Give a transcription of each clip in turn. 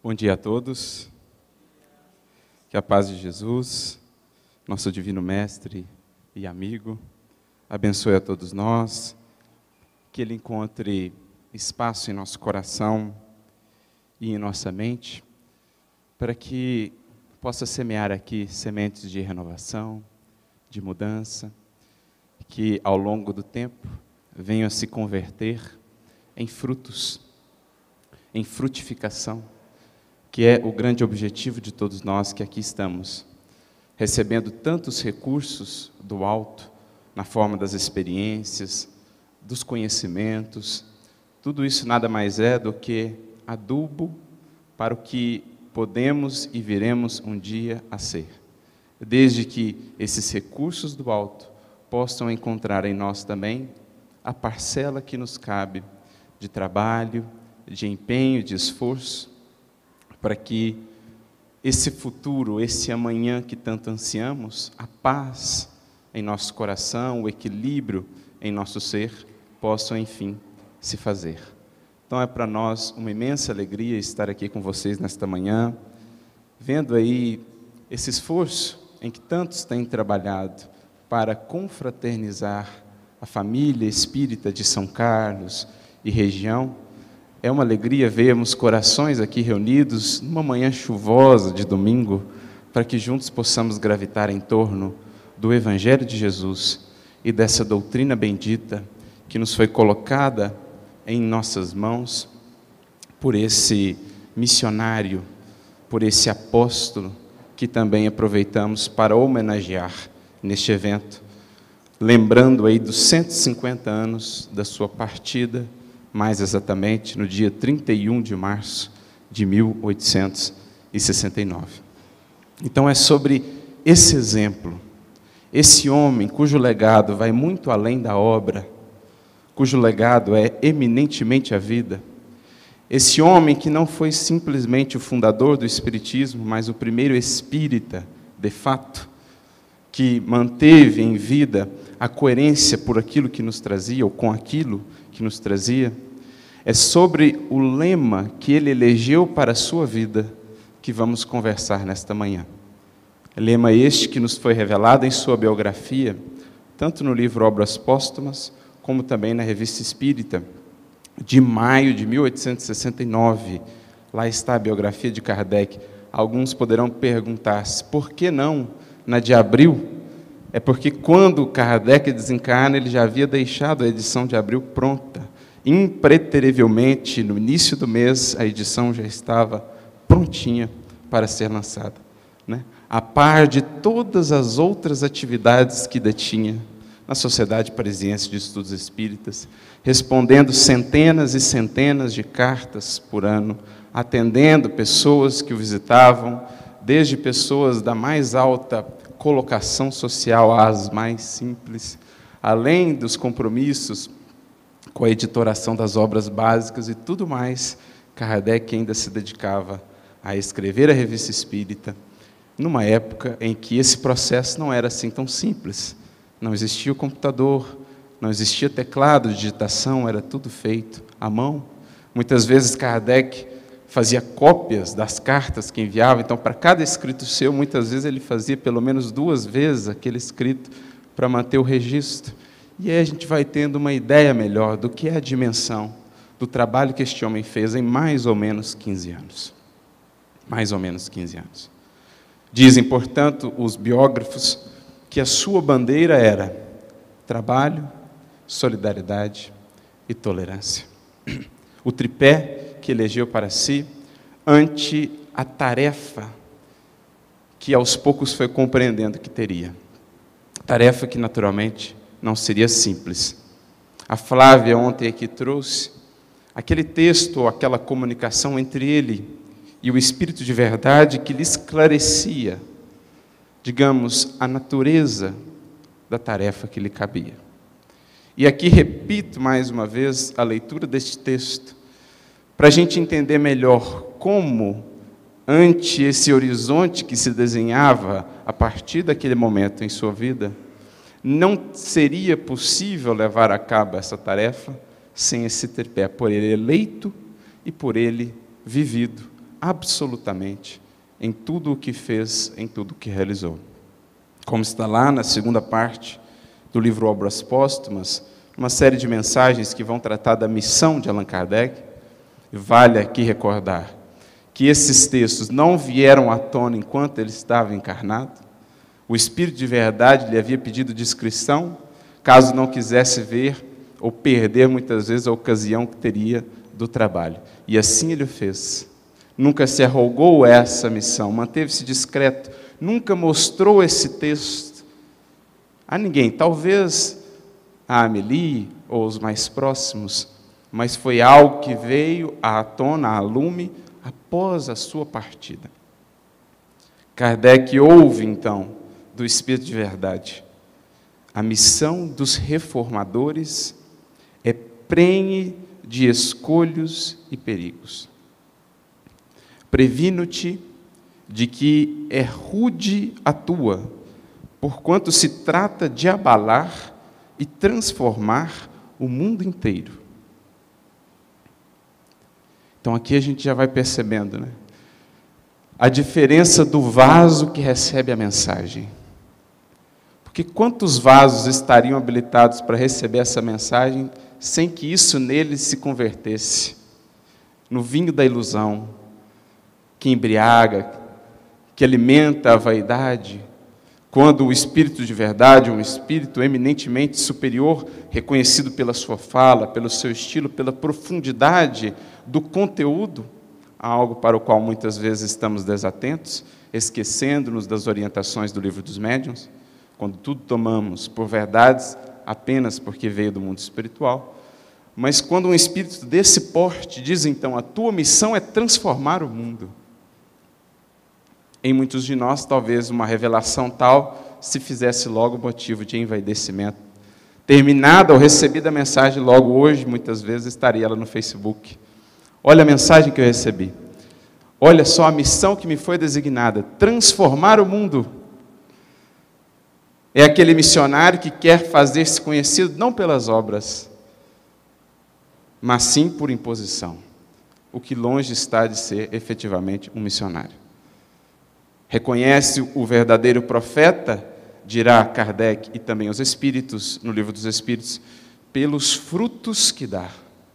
Bom dia a todos, que a paz de Jesus, nosso divino mestre e amigo, abençoe a todos nós, que Ele encontre espaço em nosso coração e em nossa mente, para que possa semear aqui sementes de renovação, de mudança, que ao longo do tempo venham a se converter em frutos, em frutificação, que é o grande objetivo de todos nós que aqui estamos, recebendo tantos recursos do alto, na forma das experiências, dos conhecimentos. Tudo isso nada mais é do que adubo para o que podemos e viremos um dia a ser. Desde que esses recursos do alto possam encontrar em nós também a parcela que nos cabe de trabalho, de empenho, de esforço, para que esse futuro, esse amanhã que tanto ansiamos, a paz em nosso coração, o equilíbrio em nosso ser, possam, enfim, se fazer. Então é para nós uma imensa alegria estar aqui com vocês nesta manhã, vendo aí esse esforço em que tantos têm trabalhado para confraternizar a família espírita de São Carlos e região. É uma alegria vermos corações aqui reunidos numa manhã chuvosa de domingo, para que juntos possamos gravitar em torno do Evangelho de Jesus e dessa doutrina bendita que nos foi colocada em nossas mãos por esse missionário, por esse apóstolo, que também aproveitamos para homenagear neste evento, lembrando aí dos 150 anos da sua partida, mais exatamente no dia 31 de março de 1869. Então é sobre esse exemplo, esse homem cujo legado vai muito além da obra, cujo legado é eminentemente a vida, esse homem que não foi simplesmente o fundador do Espiritismo, mas o primeiro espírita, de fato, que manteve em vida a coerência por aquilo que nos trazia, ou com aquilo que nos trazia. É sobre o lema que ele elegeu para a sua vida que vamos conversar nesta manhã. Lema este que nos foi revelado em sua biografia, tanto no livro Obras Póstumas, como também na Revista Espírita, de maio de 1869. Lá está a biografia de Kardec. Alguns poderão perguntar-se, por que não na de abril? É porque quando Kardec desencarna, ele já havia deixado a edição de abril pronta. Impreterivelmente, no início do mês, a edição já estava prontinha para ser lançada, né? A par de todas as outras atividades que detinha na Sociedade Parisiense de Estudos Espíritas, respondendo centenas e centenas de cartas por ano, atendendo pessoas que o visitavam, desde pessoas da mais alta colocação social às mais simples, além dos compromissos com a editoração das obras básicas e tudo mais. Kardec ainda se dedicava a escrever a Revista Espírita, numa época em que esse processo não era assim tão simples. Não existia o computador, não existia teclado de digitação, era tudo feito à mão. Muitas vezes Kardec fazia cópias das cartas que enviava, então para cada escrito seu, muitas vezes ele fazia pelo menos 2 vezes aquele escrito para manter o registro. E aí a gente vai tendo uma ideia melhor do que é a dimensão do trabalho que este homem fez em mais ou menos 15 anos. Mais ou menos 15 anos. Dizem, portanto, os biógrafos, que a sua bandeira era trabalho, solidariedade e tolerância. O tripé que elegeu para si ante a tarefa que aos poucos foi compreendendo que teria. Tarefa que, naturalmente, não seria simples. A Flávia ontem aqui trouxe aquele texto, ou aquela comunicação entre ele e o Espírito de verdade que lhe esclarecia, digamos, a natureza da tarefa que lhe cabia. E aqui repito mais uma vez a leitura deste texto, para a gente entender melhor como, ante esse horizonte que se desenhava a partir daquele momento em sua vida, não seria possível levar a cabo essa tarefa sem esse tripé, por ele eleito e por ele vivido, absolutamente em tudo o que fez, em tudo o que realizou. Como está lá na segunda parte do livro Obras Póstumas, uma série de mensagens que vão tratar da missão de Allan Kardec. Vale aqui recordar que esses textos não vieram à tona enquanto ele estava encarnado. O Espírito de verdade lhe havia pedido discrição, caso não quisesse ver ou perder muitas vezes a ocasião que teria do trabalho. E assim ele o fez. Nunca se arrogou essa missão, manteve-se discreto, nunca mostrou esse texto a ninguém, talvez a Amélie ou os mais próximos, mas foi algo que veio à tona, à lume, após a sua partida. Kardec ouve, então, do Espírito de verdade: a missão dos reformadores é prenhe de escolhos e perigos. Previno-te de que é rude a tua, porquanto se trata de abalar e transformar o mundo inteiro. Então aqui a gente já vai percebendo, né, a diferença do vaso que recebe a mensagem. Porque quantos vasos estariam habilitados para receber essa mensagem sem que isso neles se convertesse no vinho da ilusão, que embriaga, que alimenta a vaidade, quando o Espírito de verdade, um Espírito eminentemente superior, reconhecido pela sua fala, pelo seu estilo, pela profundidade do conteúdo, algo para o qual muitas vezes estamos desatentos, esquecendo-nos das orientações do Livro dos Médiuns, quando tudo tomamos por verdades apenas porque veio do mundo espiritual. Mas quando um Espírito desse porte diz, então, a tua missão é transformar o mundo. Em muitos de nós, talvez uma revelação tal se fizesse logo motivo de envaidecimento. Terminada ou recebida a mensagem, logo hoje, muitas vezes, estaria ela no Facebook. Olha a mensagem que eu recebi. Olha só a missão que me foi designada: transformar o mundo. É aquele missionário que quer fazer-se conhecido não pelas obras, mas sim por imposição, o que longe está de ser efetivamente um missionário. Reconhece o verdadeiro profeta, dirá Kardec e também os Espíritos, no Livro dos Espíritos, pelos frutos que dá,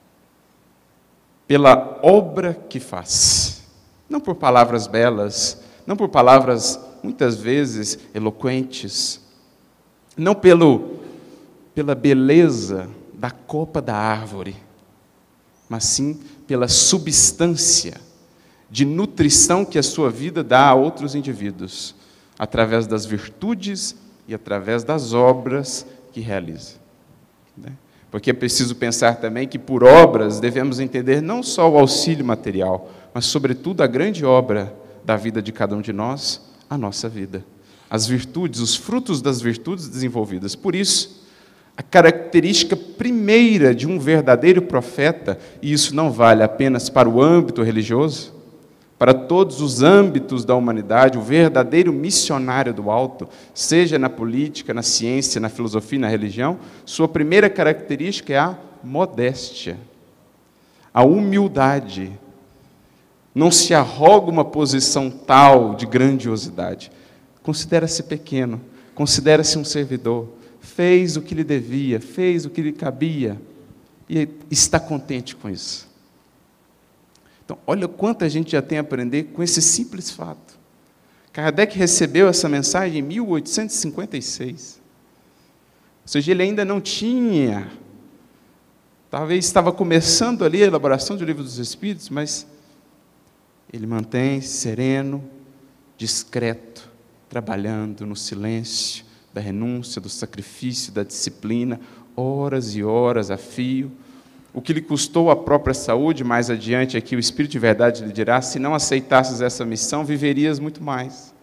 pela obra que faz, não por palavras belas, não por palavras muitas vezes eloquentes, não pela beleza da copa da árvore, mas sim pela substância de nutrição que a sua vida dá a outros indivíduos, através das virtudes e através das obras que realiza. Porque é preciso pensar também que por obras devemos entender não só o auxílio material, mas sobretudo a grande obra da vida de cada um de nós, a nossa vida. As virtudes, os frutos das virtudes desenvolvidas. Por isso, a característica primeira de um verdadeiro profeta, e isso não vale apenas para o âmbito religioso, para todos os âmbitos da humanidade, o verdadeiro missionário do alto, seja na política, na ciência, na filosofia, na religião, sua primeira característica é a modéstia, a humildade. Não se arroga uma posição tal de grandiosidade. Considera-se pequeno, considera-se um servidor, fez o que lhe devia, fez o que lhe cabia, e está contente com isso. Então, olha quanto a gente já tem a aprender com esse simples fato. Kardec recebeu essa mensagem em 1856. Ou seja, ele ainda não tinha, talvez estava começando ali a elaboração do Livro dos Espíritos, mas ele mantém-se sereno, discreto, trabalhando no silêncio da renúncia, do sacrifício, da disciplina, horas e horas a fio, o que lhe custou a própria saúde. Mais adiante aqui o Espírito de verdade lhe dirá: se não aceitasses essa missão, viverias muito mais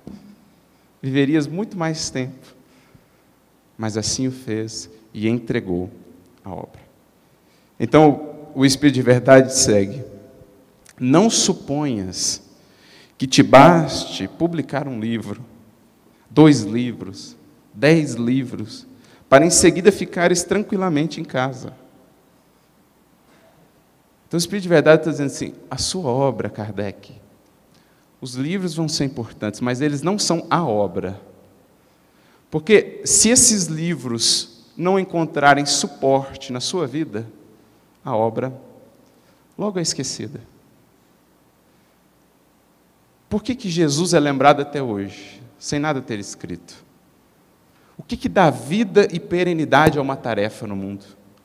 tempo. Mas assim o fez e entregou a obra. Então o Espírito de verdade segue: não suponhas que te baste publicar um livro, 2 livros, 10 livros, para em seguida ficares tranquilamente em casa. Então o Espírito de verdade está dizendo assim: a sua obra, Kardec, Os livros vão ser importantes, mas eles não são a obra. Porque se esses livros não encontrarem suporte na sua vida, a obra logo é esquecida. Por que Jesus é lembrado até hoje, sem nada ter escrito? O que dá vida e perenidade a uma tarefa no mundo?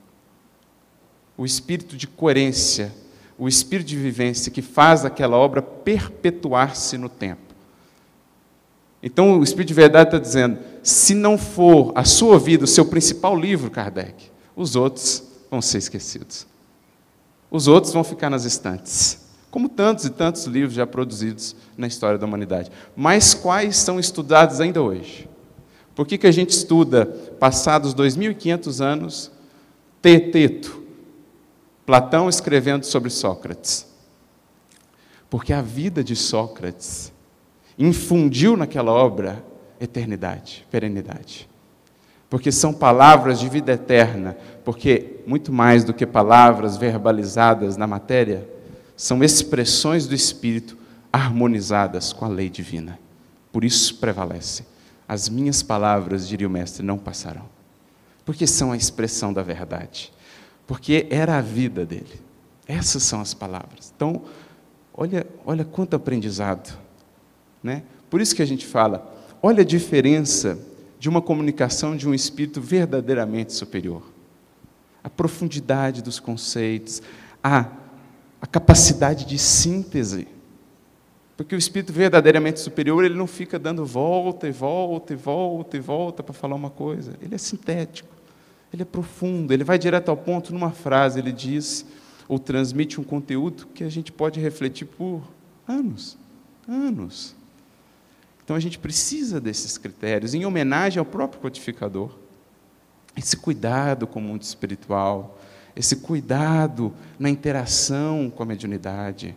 O espírito de coerência, o espírito de vivência que faz aquela obra perpetuar-se no tempo. Então, o Espírito de Verdade está dizendo, se não for a sua vida o seu principal livro, Kardec, os outros vão ser esquecidos. Os outros vão ficar nas estantes, como tantos e tantos livros já produzidos na história da humanidade. Mas quais são estudados ainda hoje? Por que a gente estuda, passados 2.500 anos, Teeteto, Platão escrevendo sobre Sócrates? Porque a vida de Sócrates infundiu naquela obra eternidade, perenidade. Porque são palavras de vida eterna, porque muito mais do que palavras verbalizadas na matéria, são expressões do Espírito harmonizadas com a lei divina. Por isso prevalece. As minhas palavras, diria o Mestre, não passarão. Porque são a expressão da verdade. Porque era a vida dele. Essas são as palavras. Então, olha quanto aprendizado. Né? Por isso que a gente fala, olha a diferença de uma comunicação de um espírito verdadeiramente superior. A profundidade dos conceitos, a capacidade de síntese. Porque o espírito verdadeiramente superior, ele não fica dando volta e volta e volta e volta para falar uma coisa. Ele é sintético, ele é profundo, ele vai direto ao ponto numa frase, ele diz ou transmite um conteúdo que a gente pode refletir por anos. Então a gente precisa desses critérios, em homenagem ao próprio codificador. Esse cuidado com o mundo espiritual, esse cuidado na interação com a mediunidade.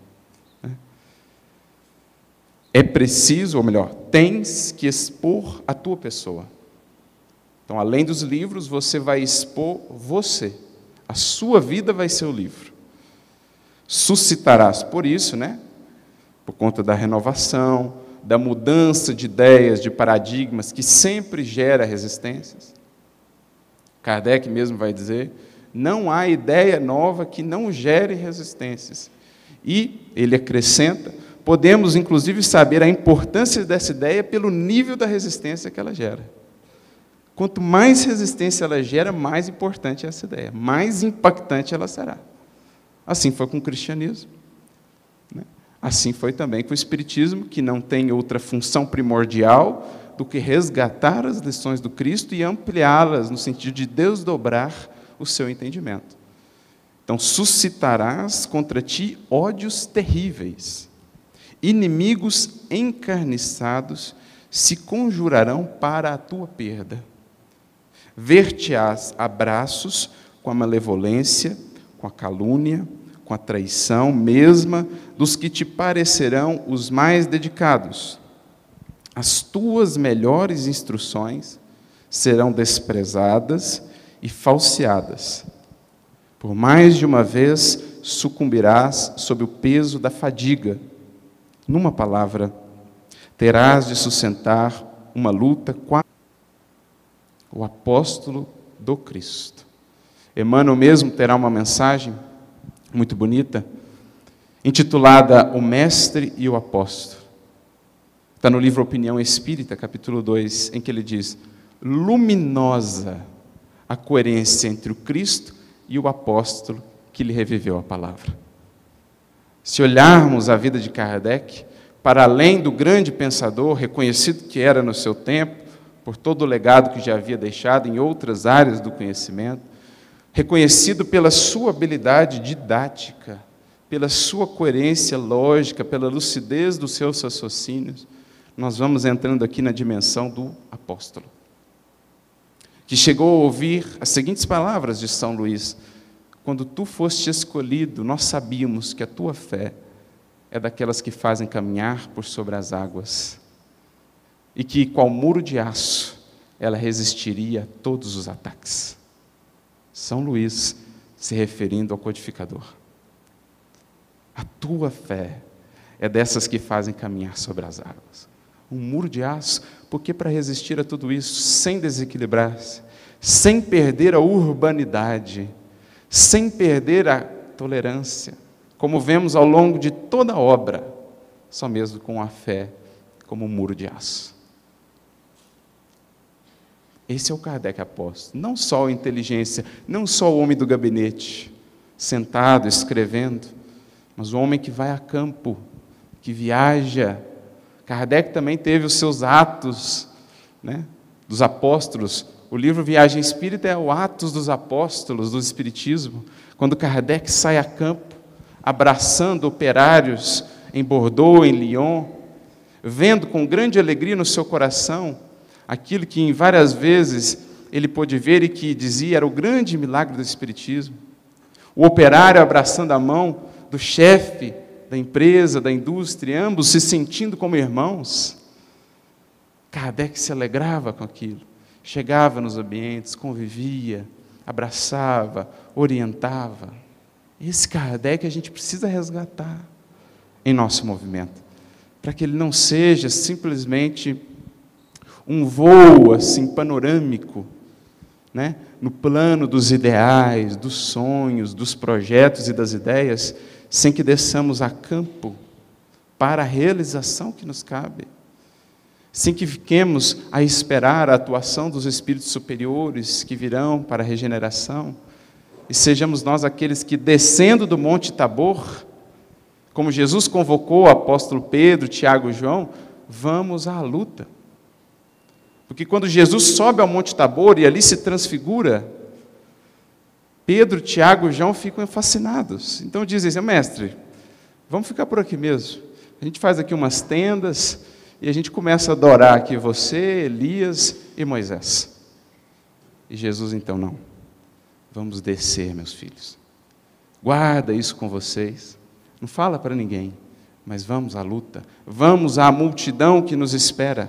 É preciso, ou melhor, tens que expor a tua pessoa. Então, além dos livros, você vai expor você. A sua vida vai ser o livro. Suscitarás, por isso, por conta da renovação, da mudança de ideias, de paradigmas, que sempre gera resistências. Kardec mesmo vai dizer, não há ideia nova que não gere resistências. E ele acrescenta, podemos inclusive saber a importância dessa ideia pelo nível da resistência que ela gera. Quanto mais resistência ela gera, mais importante é essa ideia, mais impactante ela será. Assim foi com o cristianismo. Assim foi também com o espiritismo, que não tem outra função primordial do que resgatar as lições do Cristo e ampliá-las no sentido de desdobrar o seu entendimento. Então, suscitarás contra ti ódios terríveis. Inimigos encarniçados se conjurarão para a tua perda. Ver-te-ás a braços com a malevolência, com a calúnia, com a traição mesma dos que te parecerão os mais dedicados. As tuas melhores instruções serão desprezadas e falseadas. Por mais de uma vez sucumbirás sob o peso da fadiga. Numa palavra, terás de sustentar uma luta com o apóstolo do Cristo. Emmanuel mesmo terá uma mensagem muito bonita, intitulada O Mestre e o Apóstolo. Está no livro Opinião Espírita, capítulo 2, em que ele diz, luminosa a coerência entre o Cristo e o apóstolo que lhe reviveu a palavra. Se olharmos a vida de Kardec, para além do grande pensador, reconhecido que era no seu tempo, por todo o legado que já havia deixado em outras áreas do conhecimento, reconhecido pela sua habilidade didática, pela sua coerência lógica, pela lucidez dos seus raciocínios, nós vamos entrando aqui na dimensão do apóstolo, que chegou a ouvir as seguintes palavras de São Luís: quando tu foste escolhido, nós sabíamos que a tua fé é daquelas que fazem caminhar por sobre as águas, e que, qual muro de aço, ela resistiria a todos os ataques. São Luís se referindo ao codificador. A tua fé é dessas que fazem caminhar sobre as águas. Um muro de aço, porque para resistir a tudo isso, sem desequilibrar-se, sem perder a urbanidade, sem perder a tolerância, como vemos ao longo de toda a obra, só mesmo com a fé como um muro de aço. Esse é o Kardec apóstolo, não só a inteligência, não só o homem do gabinete, sentado, escrevendo, mas o homem que vai a campo, que viaja. Kardec também teve os seus atos, né, dos apóstolos. O livro Viagem Espírita é o Atos dos Apóstolos do Espiritismo, quando Kardec sai a campo, abraçando operários em Bordeaux, em Lyon, vendo com grande alegria no seu coração aquilo que em várias vezes ele pôde ver e que dizia era o grande milagre do Espiritismo. O operário abraçando a mão do chefe da empresa, da indústria, ambos se sentindo como irmãos. Kardec se alegrava com aquilo, chegava nos ambientes, convivia, abraçava, orientava. Esse Kardec a gente precisa resgatar em nosso movimento, para que ele não seja simplesmente um voo assim panorâmico, né, no plano dos ideais, dos sonhos, dos projetos e das ideias, sem que desçamos a campo para a realização que nos cabe, sem que fiquemos a esperar a atuação dos espíritos superiores que virão para a regeneração, e sejamos nós aqueles que, descendo do Monte Tabor, como Jesus convocou o apóstolo Pedro, Tiago e João, vamos à luta. Porque quando Jesus sobe ao Monte Tabor e ali se transfigura, Pedro, Tiago e João ficam fascinados. Então dizem assim: mestre, vamos ficar por aqui mesmo. A gente faz aqui umas tendas e a gente começa a adorar aqui você, Elias e Moisés. E Jesus então: não, vamos descer, meus filhos. Guarda isso com vocês. Não fala para ninguém, mas vamos à luta. Vamos à multidão que nos espera.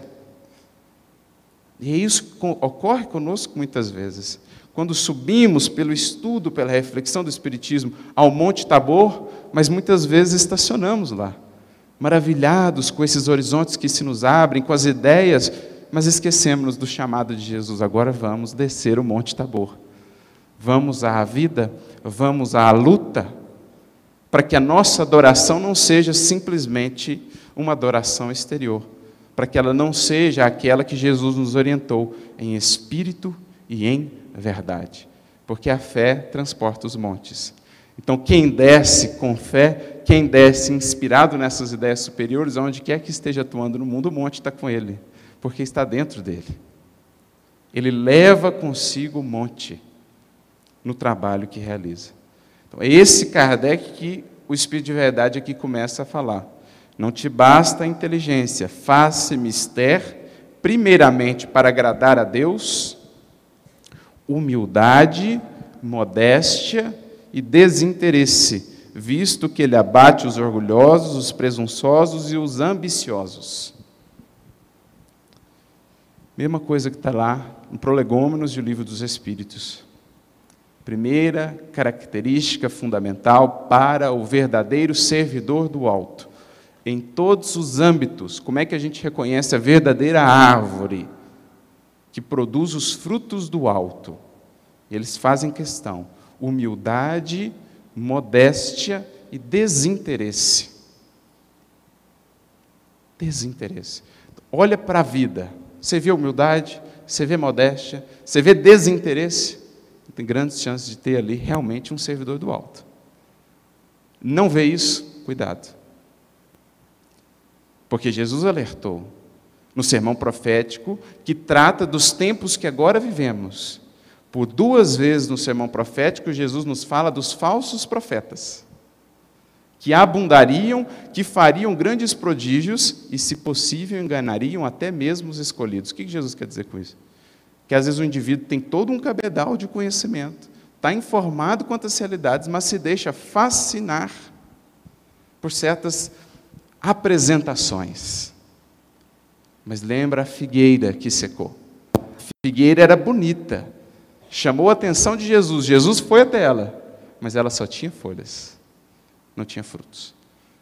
E isso ocorre conosco muitas vezes. Quando subimos pelo estudo, pela reflexão do Espiritismo ao Monte Tabor, mas muitas vezes estacionamos lá, maravilhados com esses horizontes que se nos abrem, com as ideias, mas esquecemos do chamado de Jesus. Agora vamos descer o Monte Tabor. Vamos à vida, vamos à luta, para que a nossa adoração não seja simplesmente uma adoração exterior, para que ela não seja aquela que Jesus nos orientou, em espírito e em verdade, porque a fé transporta os montes. Então, quem desce com fé, quem desce inspirado nessas ideias superiores, onde quer que esteja atuando no mundo, o monte está com ele, porque está dentro dele. Ele leva consigo o monte no trabalho que realiza. Então, é esse Kardec que o Espírito de Verdade aqui começa a falar. Não te basta a inteligência, faz-se mister, primeiramente para agradar a Deus, humildade, modéstia e desinteresse, visto que ele abate os orgulhosos, os presunçosos e os ambiciosos. Mesma coisa que está lá no Prolegômenos e o Livro dos Espíritos. Primeira característica fundamental para o verdadeiro servidor do alto. Em todos os âmbitos, como é que a gente reconhece a verdadeira árvore que produz os frutos do alto? Eles fazem questão: humildade, modéstia e desinteresse. Desinteresse. Olha para a vida, você vê humildade, você vê modéstia, você vê desinteresse, tem grandes chances de ter ali realmente um servidor do alto. Não vê isso? Cuidado. Porque Jesus alertou no sermão profético que trata dos tempos que agora vivemos. Por 2 vezes no sermão profético, Jesus nos fala dos falsos profetas, que abundariam, que fariam grandes prodígios e, se possível, enganariam até mesmo os escolhidos. O que Jesus quer dizer com isso? Que às vezes o indivíduo tem todo um cabedal de conhecimento, está informado quanto às realidades, mas se deixa fascinar por certas apresentações. Mas lembra a figueira que secou. A figueira era bonita, chamou a atenção de Jesus. Jesus foi até ela, mas ela só tinha folhas, não tinha frutos.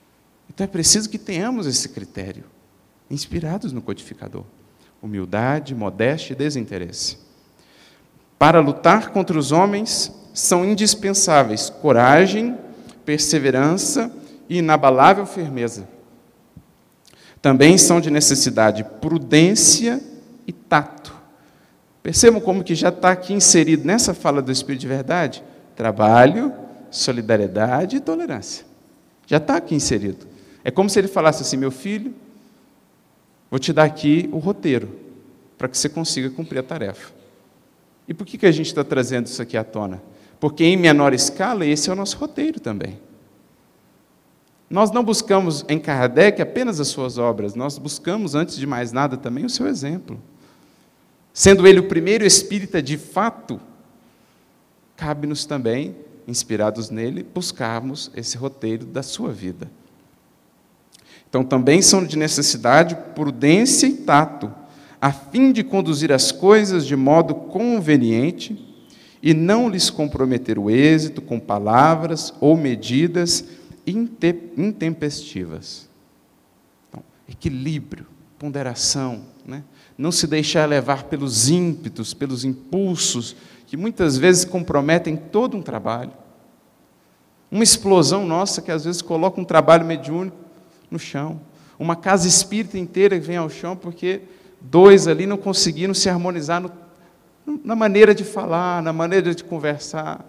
Então é preciso que tenhamos esse critério, inspirados no codificador. Humildade, modéstia e desinteresse. Para lutar contra os homens, são indispensáveis coragem, perseverança e inabalável firmeza. Também são de necessidade prudência e tato. Percebam como que já está aqui inserido nessa fala do Espírito de verdade? Trabalho, solidariedade e tolerância. Já está aqui inserido. É como se ele falasse assim, meu filho, vou te dar aqui o roteiro, para que você consiga cumprir a tarefa. E por que a gente está trazendo isso aqui à tona? Porque em menor escala, esse é o nosso roteiro também. Nós não buscamos em Kardec apenas as suas obras, nós buscamos, antes de mais nada, também o seu exemplo. Sendo ele o primeiro espírita de fato, cabe-nos também, inspirados nele, buscarmos esse roteiro da sua vida. Então, também são de necessidade prudência e tato, a fim de conduzir as coisas de modo conveniente e não lhes comprometer o êxito com palavras ou medidas intempestivas. Então, equilíbrio, ponderação, né? Não se deixar levar pelos ímpetos, pelos impulsos, que muitas vezes comprometem todo um trabalho. Uma explosão nossa que às vezes coloca um trabalho mediúnico no chão. Uma casa espírita inteira que vem ao chão porque dois ali não conseguiram se harmonizar na maneira de falar, na maneira de conversar.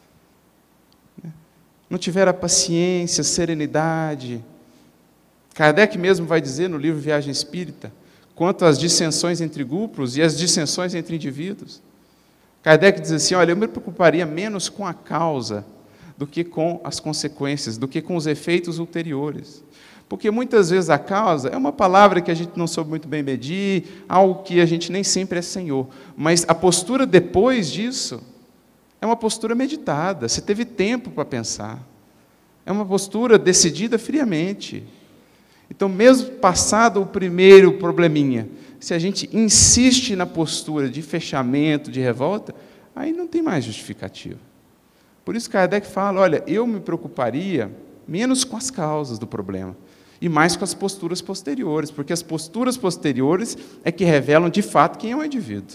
Não tiveram a paciência, serenidade. Kardec mesmo vai dizer no livro Viagem Espírita, quanto às dissensões entre grupos e as dissensões entre indivíduos. Kardec diz assim, olha, eu me preocuparia menos com a causa do que com as consequências, do que com os efeitos ulteriores. Porque muitas vezes a causa é uma palavra que a gente não soube muito bem medir, algo que a gente nem sempre é senhor. Mas a postura depois disso é uma postura meditada, você teve tempo para pensar. É uma postura decidida friamente. Então, mesmo passado o primeiro probleminha, se a gente insiste na postura de fechamento, de revolta, aí não tem mais justificativa. Por isso Kardec fala, olha, eu me preocuparia menos com as causas do problema, e mais com as posturas posteriores, porque as posturas posteriores é que revelam, de fato, quem é o indivíduo.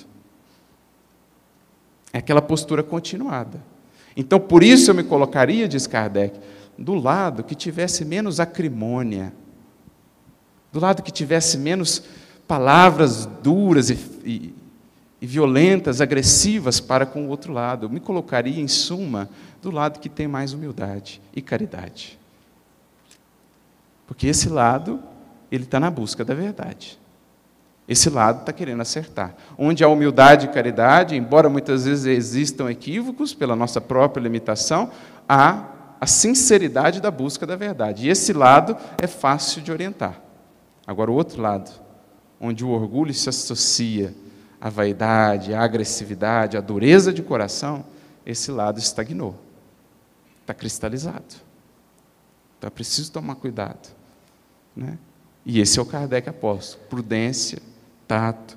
É aquela postura continuada. Então, por isso eu me colocaria, diz Kardec, do lado que tivesse menos acrimônia, do lado que tivesse menos palavras duras e violentas, agressivas para com o outro lado. Eu me colocaria, em suma, do lado que tem mais humildade e caridade. Porque esse lado, ele está na busca da verdade. Esse lado está querendo acertar. Onde há humildade e caridade, embora muitas vezes existam equívocos pela nossa própria limitação, há a sinceridade da busca da verdade. E esse lado é fácil de orientar. Agora, o outro lado, onde o orgulho se associa à vaidade, à agressividade, à dureza de coração, esse lado estagnou. Está cristalizado. Então, é preciso tomar cuidado. Né? E esse é o Kardec apóstolo. Prudência, tato.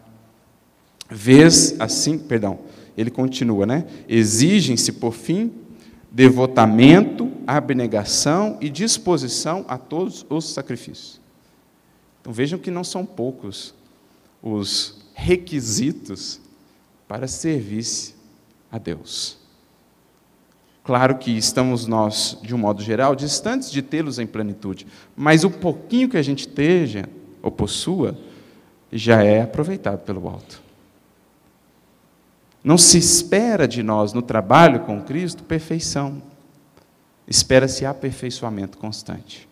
Ele continua, né? Exigem-se, por fim, devotamento, abnegação e disposição a todos os sacrifícios. Então, vejam que não são poucos os requisitos para servir-se a Deus. Claro que estamos nós, de um modo geral, distantes de tê-los em plenitude, mas o pouquinho que a gente esteja ou possua, já é aproveitado pelo alto. Não se espera de nós, no trabalho com Cristo, perfeição. Espera-se aperfeiçoamento constante.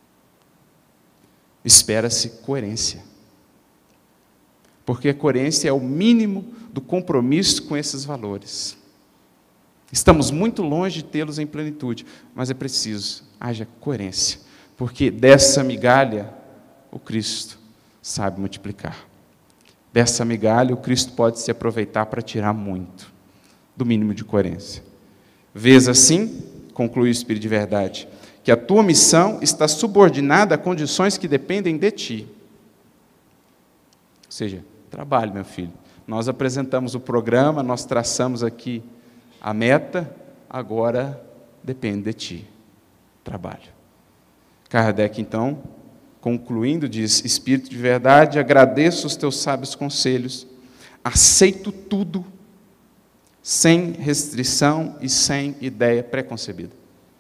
Espera-se coerência. Porque a coerência é o mínimo do compromisso com esses valores. Estamos muito longe de tê-los em plenitude, mas é preciso haja coerência, porque dessa migalha o Cristo sabe multiplicar. Dessa migalha o Cristo pode se aproveitar para tirar muito do mínimo de coerência. Vês assim, conclui o Espírito de Verdade, que a tua missão está subordinada a condições que dependem de ti. Ou seja, trabalho, meu filho. Nós apresentamos o programa, nós traçamos aqui a meta, agora depende de ti. Trabalho. Kardec, então, concluindo, diz: Espírito de verdade, agradeço os teus sábios conselhos, aceito tudo, sem restrição e sem ideia preconcebida.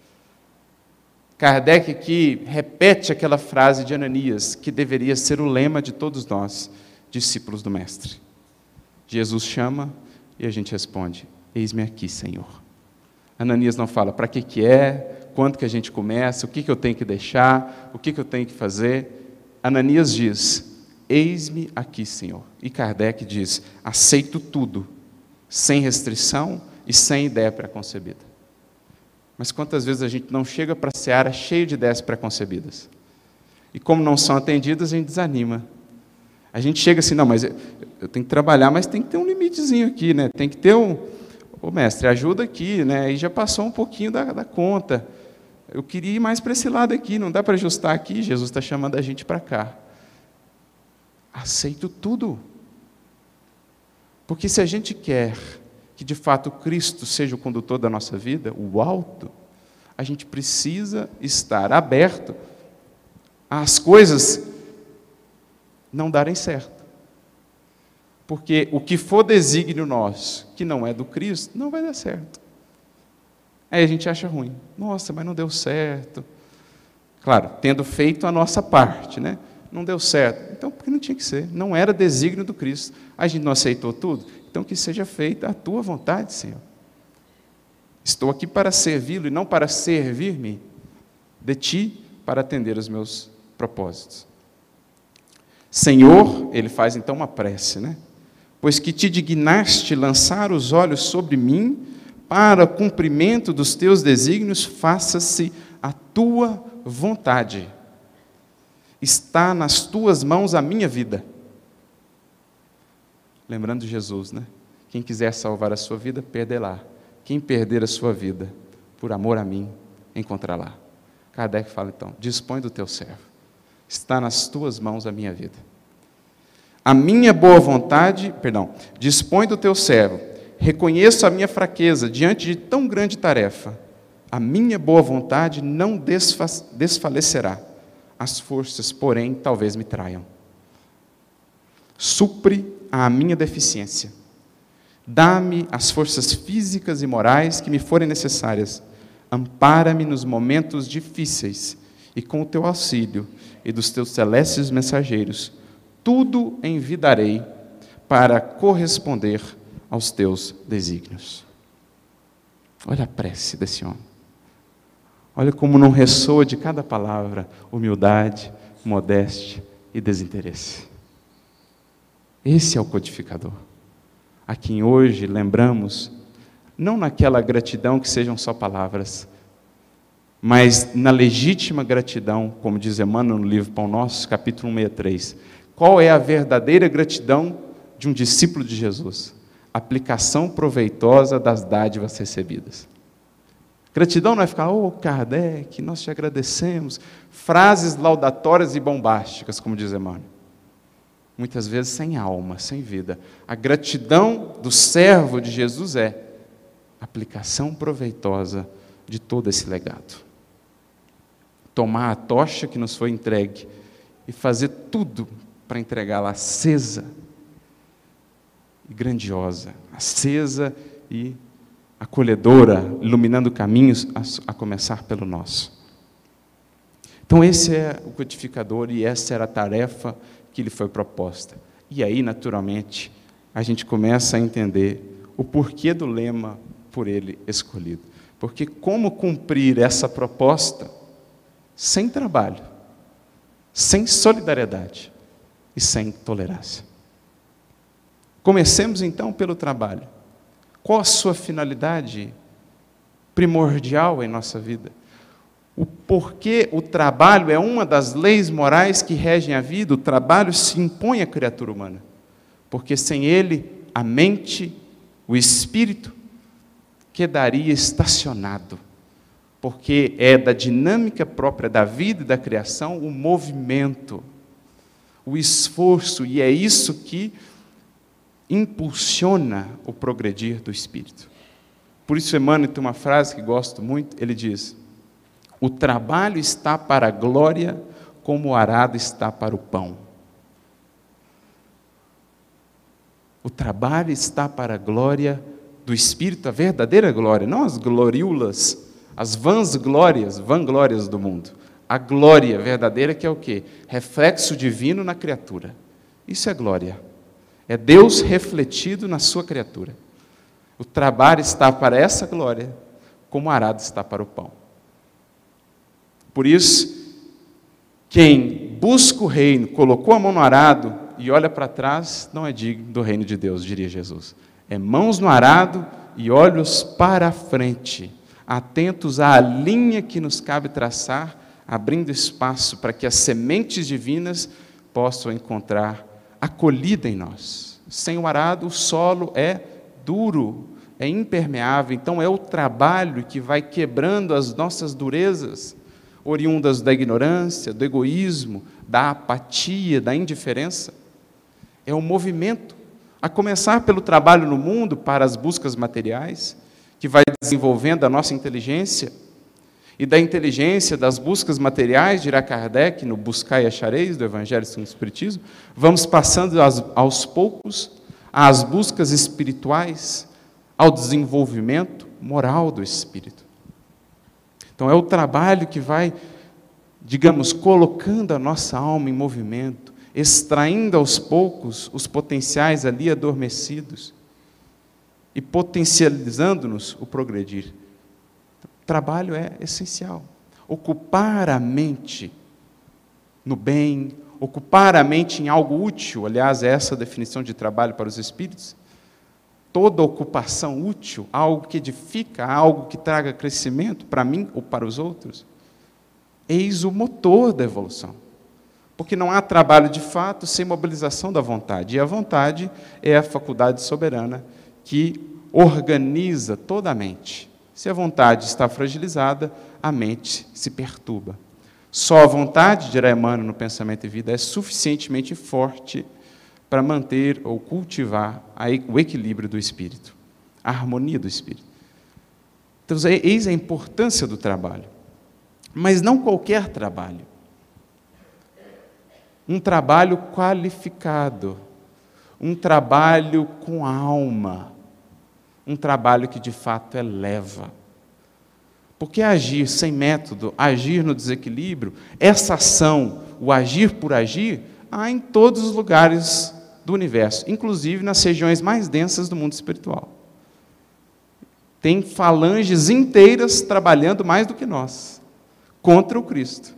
Kardec aqui repete aquela frase de Ananias, que deveria ser o lema de todos nós, discípulos do Mestre. Jesus chama e a gente responde: eis-me aqui, Senhor. Ananias não fala para que é, quando que a gente começa, o que eu tenho que deixar, o que eu tenho que fazer. Ananias diz: eis-me aqui, Senhor. E Kardec diz: aceito tudo, sem restrição e sem ideia preconcebida. Mas quantas vezes a gente não chega para a seara cheio de ideias preconcebidas? E como não são atendidas, a gente desanima. A gente chega assim: não, mas eu tenho que trabalhar, mas tem que ter um limitezinho aqui, né? Tem que ter ô mestre, ajuda aqui, né? E já passou um pouquinho da conta. Eu queria ir mais para esse lado aqui, não dá para ajustar aqui, Jesus está chamando a gente para cá. Aceito tudo. Porque se a gente quer que de fato Cristo seja o condutor da nossa vida, o alto, a gente precisa estar aberto às coisas não darem certo. Porque o que for desígnio nosso, que não é do Cristo, não vai dar certo. Aí a gente acha ruim. Nossa, mas não deu certo. Claro, tendo feito a nossa parte, né? Não deu certo. Então, porque não tinha que ser. Não era desígnio do Cristo. A gente não aceitou tudo. Então, que seja feita a tua vontade, Senhor. Estou aqui para servi-lo e não para servir-me de ti para atender os meus propósitos. Senhor, ele faz então uma prece, né? Pois que te dignaste lançar os olhos sobre mim, para o cumprimento dos teus desígnios, faça-se a tua vontade. Está nas tuas mãos a minha vida. Lembrando de Jesus, né? Quem quiser salvar a sua vida, perderá. Quem perder a sua vida, por amor a mim, encontrará. Kardec fala então: dispõe do teu servo. Está nas tuas mãos a minha vida. A minha boa vontade, dispõe do teu servo. Reconheço a minha fraqueza diante de tão grande tarefa. A minha boa vontade não desfalecerá. As forças, porém, talvez me traiam. Supre a minha deficiência. Dá-me as forças físicas e morais que me forem necessárias. Ampara-me nos momentos difíceis e com o teu auxílio e dos teus celestes mensageiros, tudo envidarei para corresponder aos teus desígnios. Olha a prece desse homem. Olha como não ressoa de cada palavra humildade, modéstia e desinteresse. Esse é o codificador, a quem hoje lembramos, não naquela gratidão que sejam só palavras, mas na legítima gratidão, como diz Emmanuel no livro Pão Nosso, capítulo 163. Qual é a verdadeira gratidão de um discípulo de Jesus? Aplicação proveitosa das dádivas recebidas. Gratidão não é ficar: oh, Kardec, nós te agradecemos. Frases laudatórias e bombásticas, como diz Emmanuel. Muitas vezes sem alma, sem vida. A gratidão do servo de Jesus é aplicação proveitosa de todo esse legado. Tomar a tocha que nos foi entregue e fazer tudo para entregá-la acesa e grandiosa, acesa e acolhedora, iluminando caminhos, a começar pelo nosso. Então esse é o codificador e essa era a tarefa que lhe foi proposta. E aí, naturalmente, a gente começa a entender o porquê do lema por ele escolhido. Porque como cumprir essa proposta sem trabalho, sem solidariedade e sem tolerância? Comecemos então pelo trabalho. Qual a sua finalidade primordial em nossa vida? O porquê o trabalho é uma das leis morais que regem a vida. O trabalho se impõe à criatura humana, porque sem ele a mente, o espírito, quedaria estacionado, porque é da dinâmica própria da vida e da criação o movimento, o esforço, e é isso que impulsiona o progredir do espírito. Por isso Emmanuel tem uma frase que gosto muito, ele diz: O trabalho está para a glória, como o arado está para o pão. O trabalho está para a glória do Espírito, a verdadeira glória, não as gloriulas, as vanglórias do mundo. A glória verdadeira que é o quê? Reflexo divino na criatura. Isso é glória. É Deus refletido na sua criatura. O trabalho está para essa glória, como o arado está para o pão. Por isso, quem busca o reino, colocou a mão no arado e olha para trás, não é digno do reino de Deus, diria Jesus. É mãos no arado e olhos para a frente, atentos à linha que nos cabe traçar, abrindo espaço para que as sementes divinas possam encontrar acolhida em nós. Sem o arado, o solo é duro, é impermeável, então é o trabalho que vai quebrando as nossas durezas, oriundas da ignorância, do egoísmo, da apatia, da indiferença. É o movimento, a começar pelo trabalho no mundo para as buscas materiais, que vai desenvolvendo a nossa inteligência, e da inteligência das buscas materiais, dirá Kardec, no Buscai e Achareis, do Evangelho segundo o Espiritismo, vamos passando aos poucos às buscas espirituais, ao desenvolvimento moral do espírito. Então é o trabalho que vai, digamos, colocando a nossa alma em movimento, extraindo aos poucos os potenciais ali adormecidos e potencializando-nos o progredir. O trabalho é essencial. Ocupar a mente no bem, ocupar a mente em algo útil, aliás, é essa a definição de trabalho para os espíritos. Toda ocupação útil, algo que edifica, algo que traga crescimento para mim ou para os outros, eis o motor da evolução. Porque não há trabalho de fato sem mobilização da vontade. E a vontade é a faculdade soberana que organiza toda a mente. Se a vontade está fragilizada, a mente se perturba. Só a vontade, dirá Emmanuel no Pensamento e Vida, é suficientemente forte para manter ou cultivar o equilíbrio do espírito, a harmonia do espírito. Então, eis a importância do trabalho. Mas não qualquer trabalho. Um trabalho qualificado, um trabalho com alma, um trabalho que de fato eleva. Porque agir sem método, agir no desequilíbrio, essa ação, o agir por agir, há em todos os lugares do universo, inclusive nas regiões mais densas do mundo espiritual. Tem falanges inteiras trabalhando mais do que nós, contra o Cristo.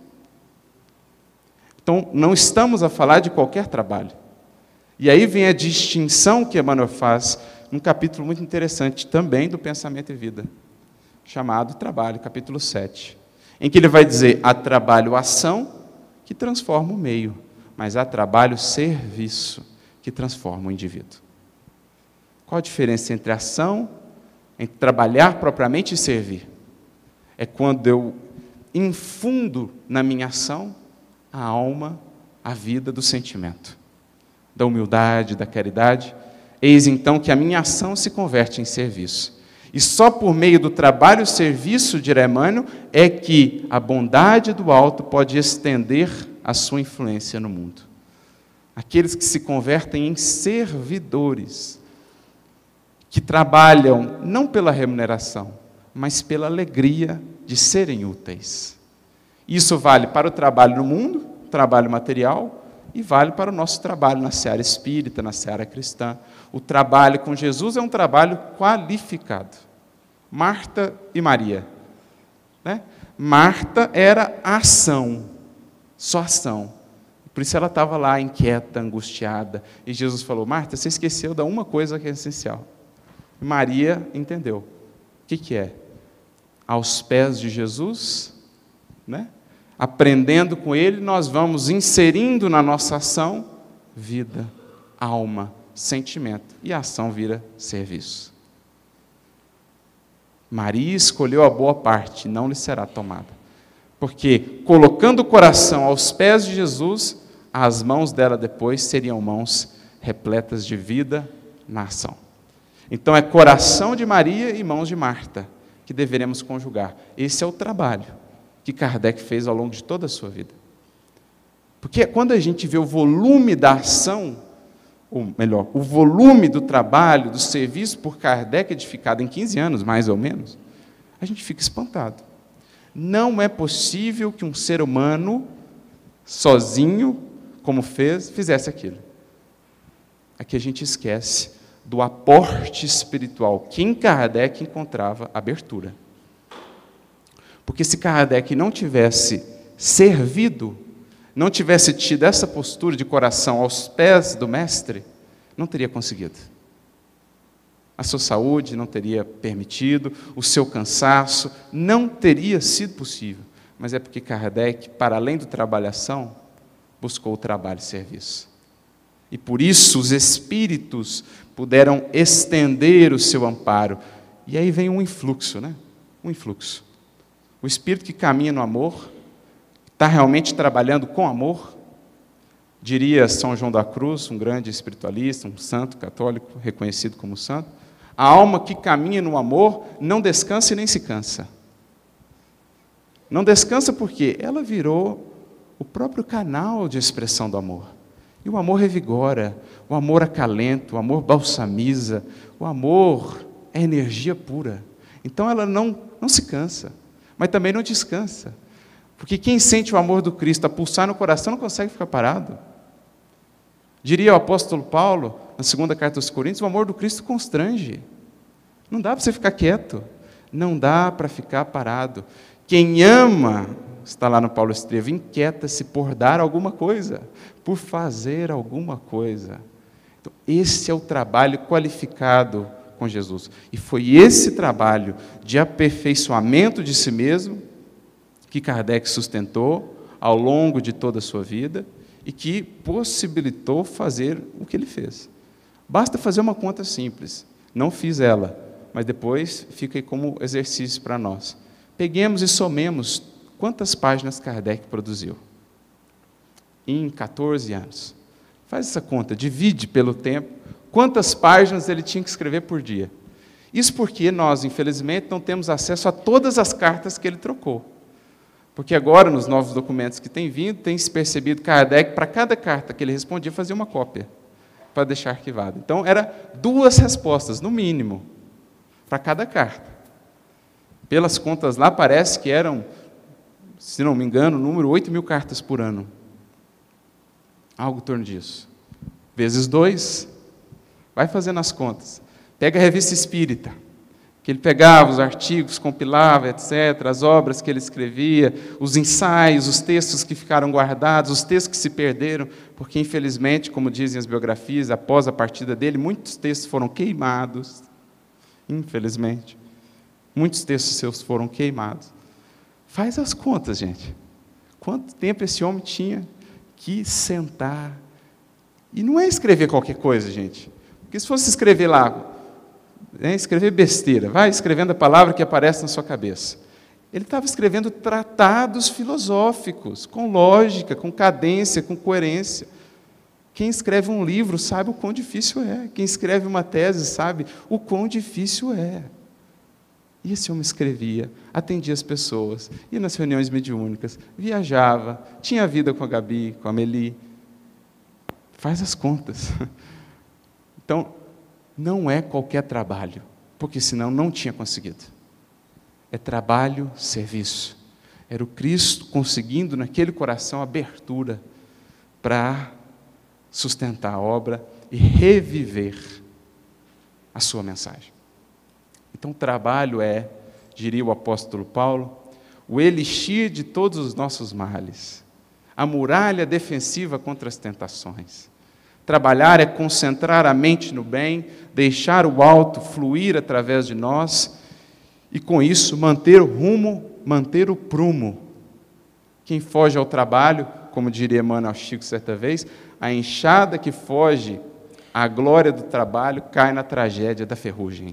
Então, não estamos a falar de qualquer trabalho. E aí vem a distinção que Emmanuel faz num capítulo muito interessante também do Pensamento e Vida, chamado Trabalho, capítulo 7, em que ele vai dizer, há trabalho ação que transforma o meio, mas há trabalho serviço que transforma o indivíduo. Qual a diferença entre ação, entre trabalhar propriamente e servir? É quando eu infundo na minha ação a alma, a vida do sentimento, da humildade, da caridade. Eis então que a minha ação se converte em serviço. E só por meio do trabalho e serviço, dirá Emmanuel, é que a bondade do alto pode estender a sua influência no mundo. Aqueles que se convertem em servidores, que trabalham não pela remuneração, mas pela alegria de serem úteis. Isso vale para o trabalho no mundo, trabalho material, e vale para o nosso trabalho na seara espírita, na seara cristã. O trabalho com Jesus é um trabalho qualificado. Marta e Maria, né? Marta era ação, só ação. Por isso ela estava lá inquieta, angustiada. E Jesus falou, Marta, você esqueceu de uma coisa que é essencial. Maria entendeu. O que é? Aos pés de Jesus, né? Aprendendo com Ele, nós vamos inserindo na nossa ação vida, alma, sentimento. E a ação vira serviço. Maria escolheu a boa parte, não lhe será tomada. Porque, colocando o coração aos pés de Jesus, as mãos dela depois seriam mãos repletas de vida na ação. Então, é coração de Maria e mãos de Marta que deveremos conjugar. Esse é o trabalho. que Kardec fez ao longo de toda a sua vida. Porque quando a gente vê o volume da ação, ou melhor, o volume do trabalho, do serviço por Kardec edificado em 15 anos, mais ou menos, a gente fica espantado. Não é possível que um ser humano, sozinho, como fizesse aquilo. Aqui a gente esquece do aporte espiritual que em Kardec encontrava abertura. Porque se Kardec não tivesse servido, não tivesse tido essa postura de coração aos pés do Mestre, não teria conseguido. A sua saúde não teria permitido, o seu cansaço não teria sido possível. Mas é porque Kardec, para além do trabalhação, buscou o trabalho e serviço. E por isso os espíritos puderam estender o seu amparo. E aí vem um influxo, né? Um influxo. O espírito que caminha no amor, está realmente trabalhando com amor, diria São João da Cruz, um grande espiritualista, um santo católico, reconhecido como santo, a alma que caminha no amor não descansa e nem se cansa. Não descansa porque ela virou o próprio canal de expressão do amor. E o amor revigora, o amor acalenta, o amor balsamiza, o amor é energia pura. Então ela não se cansa, mas também não descansa. Porque quem sente o amor do Cristo a pulsar no coração não consegue ficar parado. Diria o apóstolo Paulo, na segunda carta aos Coríntios, o amor do Cristo constrange. Não dá para você ficar quieto, não dá para ficar parado. Quem ama, está lá no Paulo Estrevo, inquieta-se por dar alguma coisa, por fazer alguma coisa. Então, esse é o trabalho qualificado com Jesus. E foi esse trabalho de aperfeiçoamento de si mesmo que Kardec sustentou ao longo de toda a sua vida e que possibilitou fazer o que ele fez. Basta fazer uma conta simples. Não fiz ela, mas depois fica aí como exercício para nós. Peguemos e somemos quantas páginas Kardec produziu em 14 anos. Faz essa conta, divide pelo tempo, quantas páginas ele tinha que escrever por dia. Isso porque nós, infelizmente, não temos acesso a todas as cartas que ele trocou. Porque agora, nos novos documentos que têm vindo, tem-se percebido que Kardec, para cada carta que ele respondia, fazia uma cópia, para deixar arquivado. Então, era 2 respostas, no mínimo, para cada carta. Pelas contas lá, parece que eram, se não me engano, o número 8.000 cartas por ano. Algo em torno disso. Vezes 2, vai fazendo as contas. Pega a Revista Espírita, que ele pegava os artigos, compilava, etc., as obras que ele escrevia, os ensaios, os textos que ficaram guardados, os textos que se perderam, porque, infelizmente, como dizem as biografias, após a partida dele, muitos textos foram queimados. Infelizmente. Muitos textos seus foram queimados. Faz as contas, gente. Quanto tempo esse homem tinha que sentar? E não é escrever qualquer coisa, gente. Porque se fosse escrever lá, escrever besteira, vai escrevendo a palavra que aparece na sua cabeça. Ele estava escrevendo tratados filosóficos, com lógica, com cadência, com coerência. Quem escreve um livro sabe o quão difícil é. Quem escreve uma tese sabe o quão difícil é. E esse homem escrevia, atendia as pessoas, ia nas reuniões mediúnicas, viajava, tinha vida com a Gabi, com a Meli. Faz as contas. Então, não é qualquer trabalho, porque senão não tinha conseguido. É trabalho, serviço. Era o Cristo conseguindo naquele coração abertura para sustentar a obra e reviver a sua mensagem. Então, o trabalho é, diria o apóstolo Paulo, o elixir de todos os nossos males, a muralha defensiva contra as tentações. Trabalhar é concentrar a mente no bem, deixar o alto fluir através de nós e, com isso, manter o rumo, manter o prumo. Quem foge ao trabalho, como diria Emmanuel Chico certa vez, a enxada que foge à glória do trabalho cai na tragédia da ferrugem.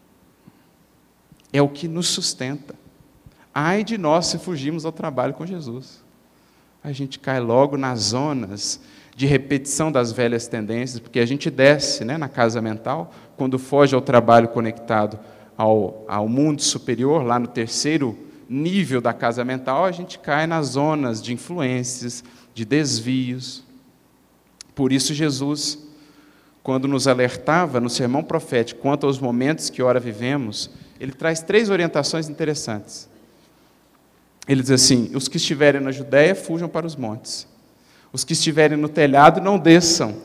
É o que nos sustenta. Ai de nós se fugirmos ao trabalho com Jesus. A gente cai logo nas zonas de repetição das velhas tendências, porque a gente desce, na casa mental, quando foge ao trabalho conectado ao mundo superior, lá no terceiro nível da casa mental, a gente cai nas zonas de influências, de desvios. Por isso Jesus, quando nos alertava no sermão profético quanto aos momentos que ora vivemos, ele traz 3 orientações interessantes. Ele diz assim: os que estiverem na Judéia, fujam para os montes. Os que estiverem no telhado, não desçam.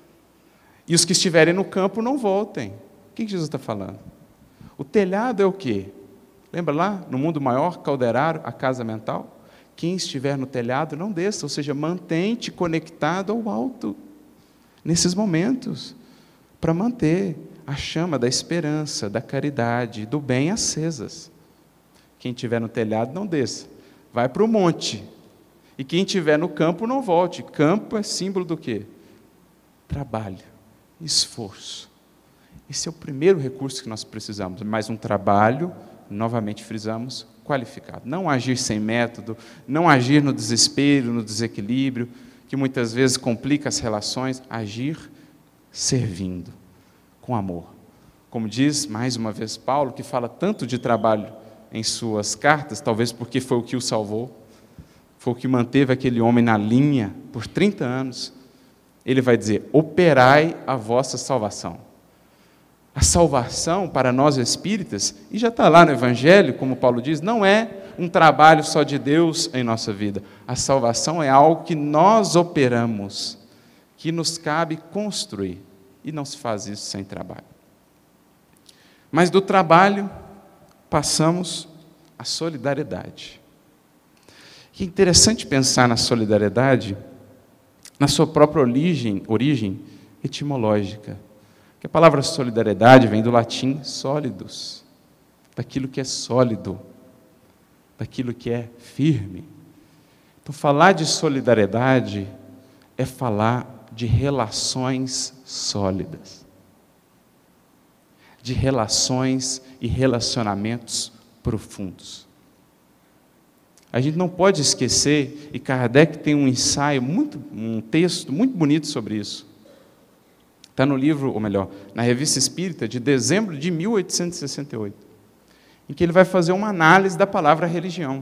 E os que estiverem no campo, não voltem. O que Jesus está falando? O telhado é o quê? Lembra lá, no mundo maior, calderário, a casa mental? Quem estiver no telhado, não desça, ou seja, mantém-te conectado ao alto, nesses momentos, para manter a chama da esperança, da caridade, do bem acesas. Quem estiver no telhado, não desça, vai para o monte. E quem estiver no campo, não volte. Campo é símbolo do quê? Trabalho, esforço. Esse é o primeiro recurso que nós precisamos, mas um trabalho, novamente frisamos, qualificado. Não agir sem método, não agir no desespero, no desequilíbrio, que muitas vezes complica as relações, agir servindo, com amor. Como diz, mais uma vez, Paulo, que fala tanto de trabalho em suas cartas, talvez porque foi o que o salvou, foi o que manteve aquele homem na linha por 30 anos. Ele vai dizer: operai a vossa salvação. A salvação para nós espíritas, e já está lá no Evangelho, como Paulo diz, não é um trabalho só de Deus em nossa vida. A salvação é algo que nós operamos, que nos cabe construir, e não se faz isso sem trabalho. Mas do trabalho, passamos à solidariedade. Que é interessante pensar na solidariedade, na sua própria origem etimológica. Que a palavra solidariedade vem do latim sólidos, daquilo que é sólido, daquilo que é firme. Então, falar de solidariedade é falar de relações sólidas, de relações e relacionamentos profundos. A gente não pode esquecer, e Kardec tem um texto muito bonito sobre isso. Está no livro, ou melhor, na Revista Espírita, de dezembro de 1868, em que ele vai fazer uma análise da palavra religião.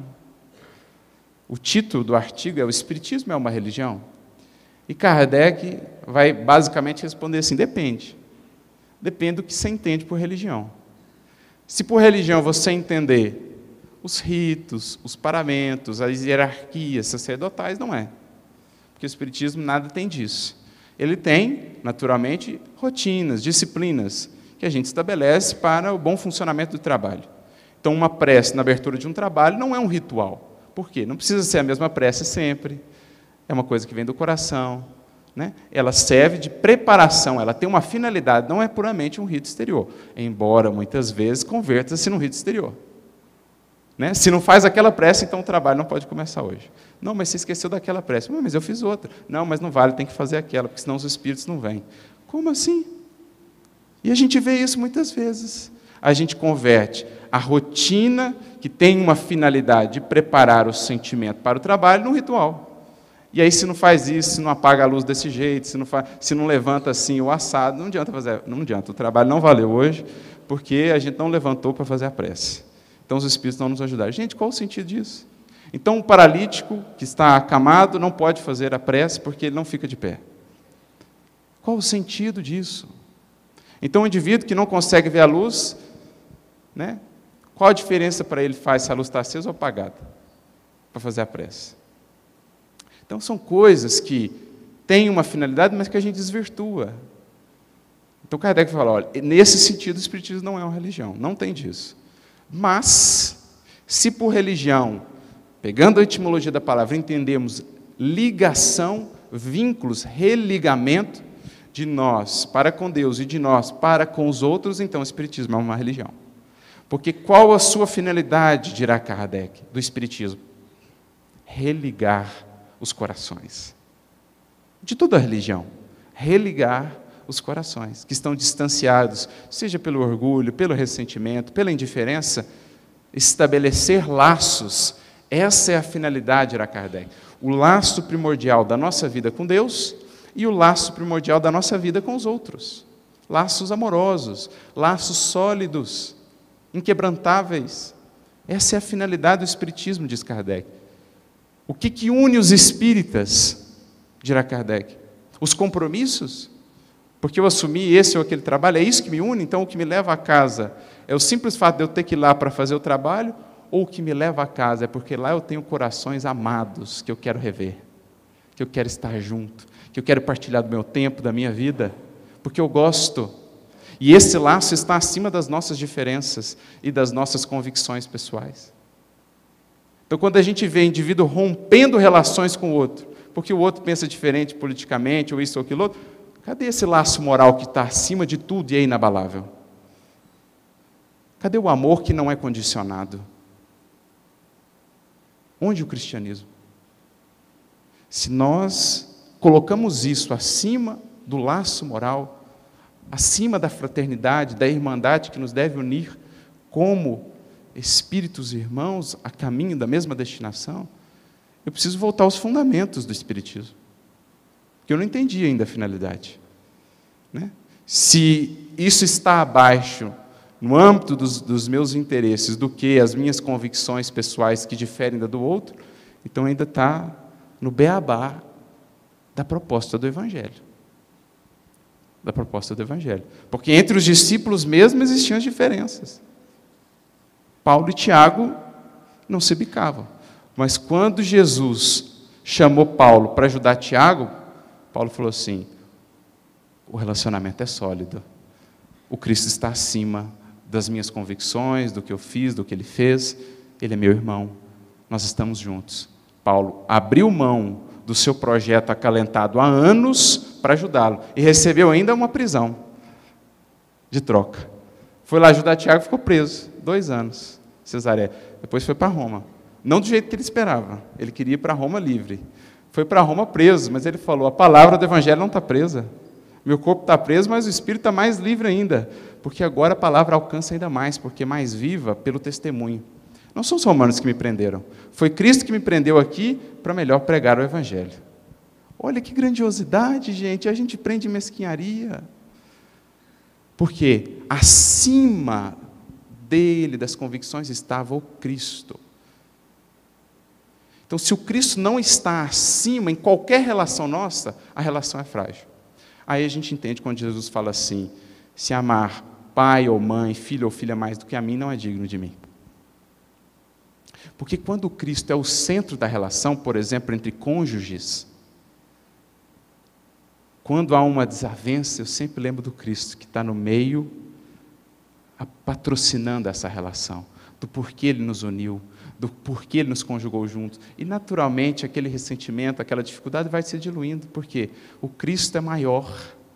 O título do artigo é O Espiritismo é uma Religião? E Kardec vai basicamente responder assim: depende. Depende do que você entende por religião. Se por religião você entender os ritos, os paramentos, as hierarquias sacerdotais, não é. Porque o Espiritismo nada tem disso. Ele tem, naturalmente, rotinas, disciplinas, que a gente estabelece para o bom funcionamento do trabalho. Então, uma prece na abertura de um trabalho não é um ritual. Por quê? Não precisa ser a mesma prece sempre. É uma coisa que vem do coração, né? Ela serve de preparação, ela tem uma finalidade, não é puramente um rito exterior, embora muitas vezes converta-se num rito exterior. Né? Se não faz aquela prece, então o trabalho não pode começar hoje. Não, mas você esqueceu daquela prece. Mas eu fiz outra. Não, mas não vale, tem que fazer aquela, porque senão os espíritos não vêm. Como assim? E a gente vê isso muitas vezes. A gente converte a rotina, que tem uma finalidade de preparar o sentimento para o trabalho, num ritual. E aí, se não faz isso, se não apaga a luz desse jeito, se não levanta assim o assado, não adianta fazer. Não adianta, o trabalho não valeu hoje, porque a gente não levantou para fazer a prece. Então, os Espíritos não nos ajudaram. Gente, qual o sentido disso? Então, um paralítico que está acamado não pode fazer a prece porque ele não fica de pé. Qual o sentido disso? Então, o indivíduo que não consegue ver a luz, né, qual a diferença para ele faz se a luz está acesa ou apagada para fazer a prece? Então, são coisas que têm uma finalidade, mas que a gente desvirtua. Então, Kardec fala: olha, nesse sentido, o Espiritismo não é uma religião, não tem disso. Mas, se por religião, pegando a etimologia da palavra, entendemos ligação, vínculos, religamento de nós para com Deus e de nós para com os outros, então o Espiritismo é uma religião. Porque qual a sua finalidade, dirá Kardec, do Espiritismo? Religar os corações. De toda a religião, religar os corações, que estão distanciados, seja pelo orgulho, pelo ressentimento, pela indiferença, estabelecer laços. Essa é a finalidade, dirá Kardec. O laço primordial da nossa vida com Deus e o laço primordial da nossa vida com os outros. Laços amorosos, laços sólidos, inquebrantáveis, Essa é a finalidade do Espiritismo, diz Kardec. O que une os espíritas, dirá Kardec? Os compromissos? Porque eu assumi esse ou aquele trabalho, é isso que me une? Então o que me leva a casa é o simples fato de eu ter que ir lá para fazer o trabalho, ou o que me leva a casa é porque lá eu tenho corações amados que eu quero rever, que eu quero estar junto, que eu quero partilhar do meu tempo, da minha vida, porque eu gosto. E esse laço está acima das nossas diferenças e das nossas convicções pessoais. Então, quando a gente vê indivíduo rompendo relações com o outro, porque o outro pensa diferente politicamente, ou isso ou aquilo outro, cadê esse laço moral que está acima de tudo e é inabalável? Cadê o amor que não é condicionado? Onde o cristianismo? Se nós colocamos isso acima do laço moral, acima da fraternidade, da irmandade que nos deve unir como espíritos irmãos a caminho da mesma destinação, eu preciso voltar aos fundamentos do Espiritismo, porque eu não entendi ainda a finalidade, né? Se isso está abaixo, no âmbito dos meus interesses, do que as minhas convicções pessoais que diferem da do outro, então ainda está no beabá da proposta do Evangelho. Da proposta do Evangelho. Porque entre os discípulos mesmo existiam as diferenças. Paulo e Tiago não se bicavam. Mas quando Jesus chamou Paulo para ajudar Tiago, Paulo falou assim: o relacionamento é sólido. O Cristo está acima das minhas convicções, do que eu fiz, do que ele fez. Ele é meu irmão. Nós estamos juntos. Paulo abriu mão do seu projeto acalentado há anos para ajudá-lo. E recebeu ainda uma prisão de troca. Foi lá ajudar Tiago e ficou preso. 2 anos, Cesareia. Depois foi para Roma. Não do jeito que ele esperava. Ele queria ir para Roma livre. Foi para Roma preso, mas ele falou: a palavra do Evangelho não está presa. Meu corpo está preso, mas o espírito está mais livre ainda. Porque agora a palavra alcança ainda mais, porque é mais viva pelo testemunho. Não são os romanos que me prenderam. Foi Cristo que me prendeu aqui para melhor pregar o Evangelho. Olha que grandiosidade, gente. A gente prende mesquinharia. Porque acima dele, das convicções, estava o Cristo. Então, se o Cristo não está acima em qualquer relação nossa, a relação é frágil. Aí a gente entende quando Jesus fala assim: se amar pai ou mãe, filho ou filha mais do que a mim, não é digno de mim. Porque quando o Cristo é o centro da relação, por exemplo, entre cônjuges, quando há uma desavença, eu sempre lembro do Cristo, que está no meio, patrocinando essa relação, do porquê Ele nos uniu, do porquê Ele nos conjugou juntos. E, naturalmente, aquele ressentimento, aquela dificuldade vai se diluindo, porque o Cristo é maior.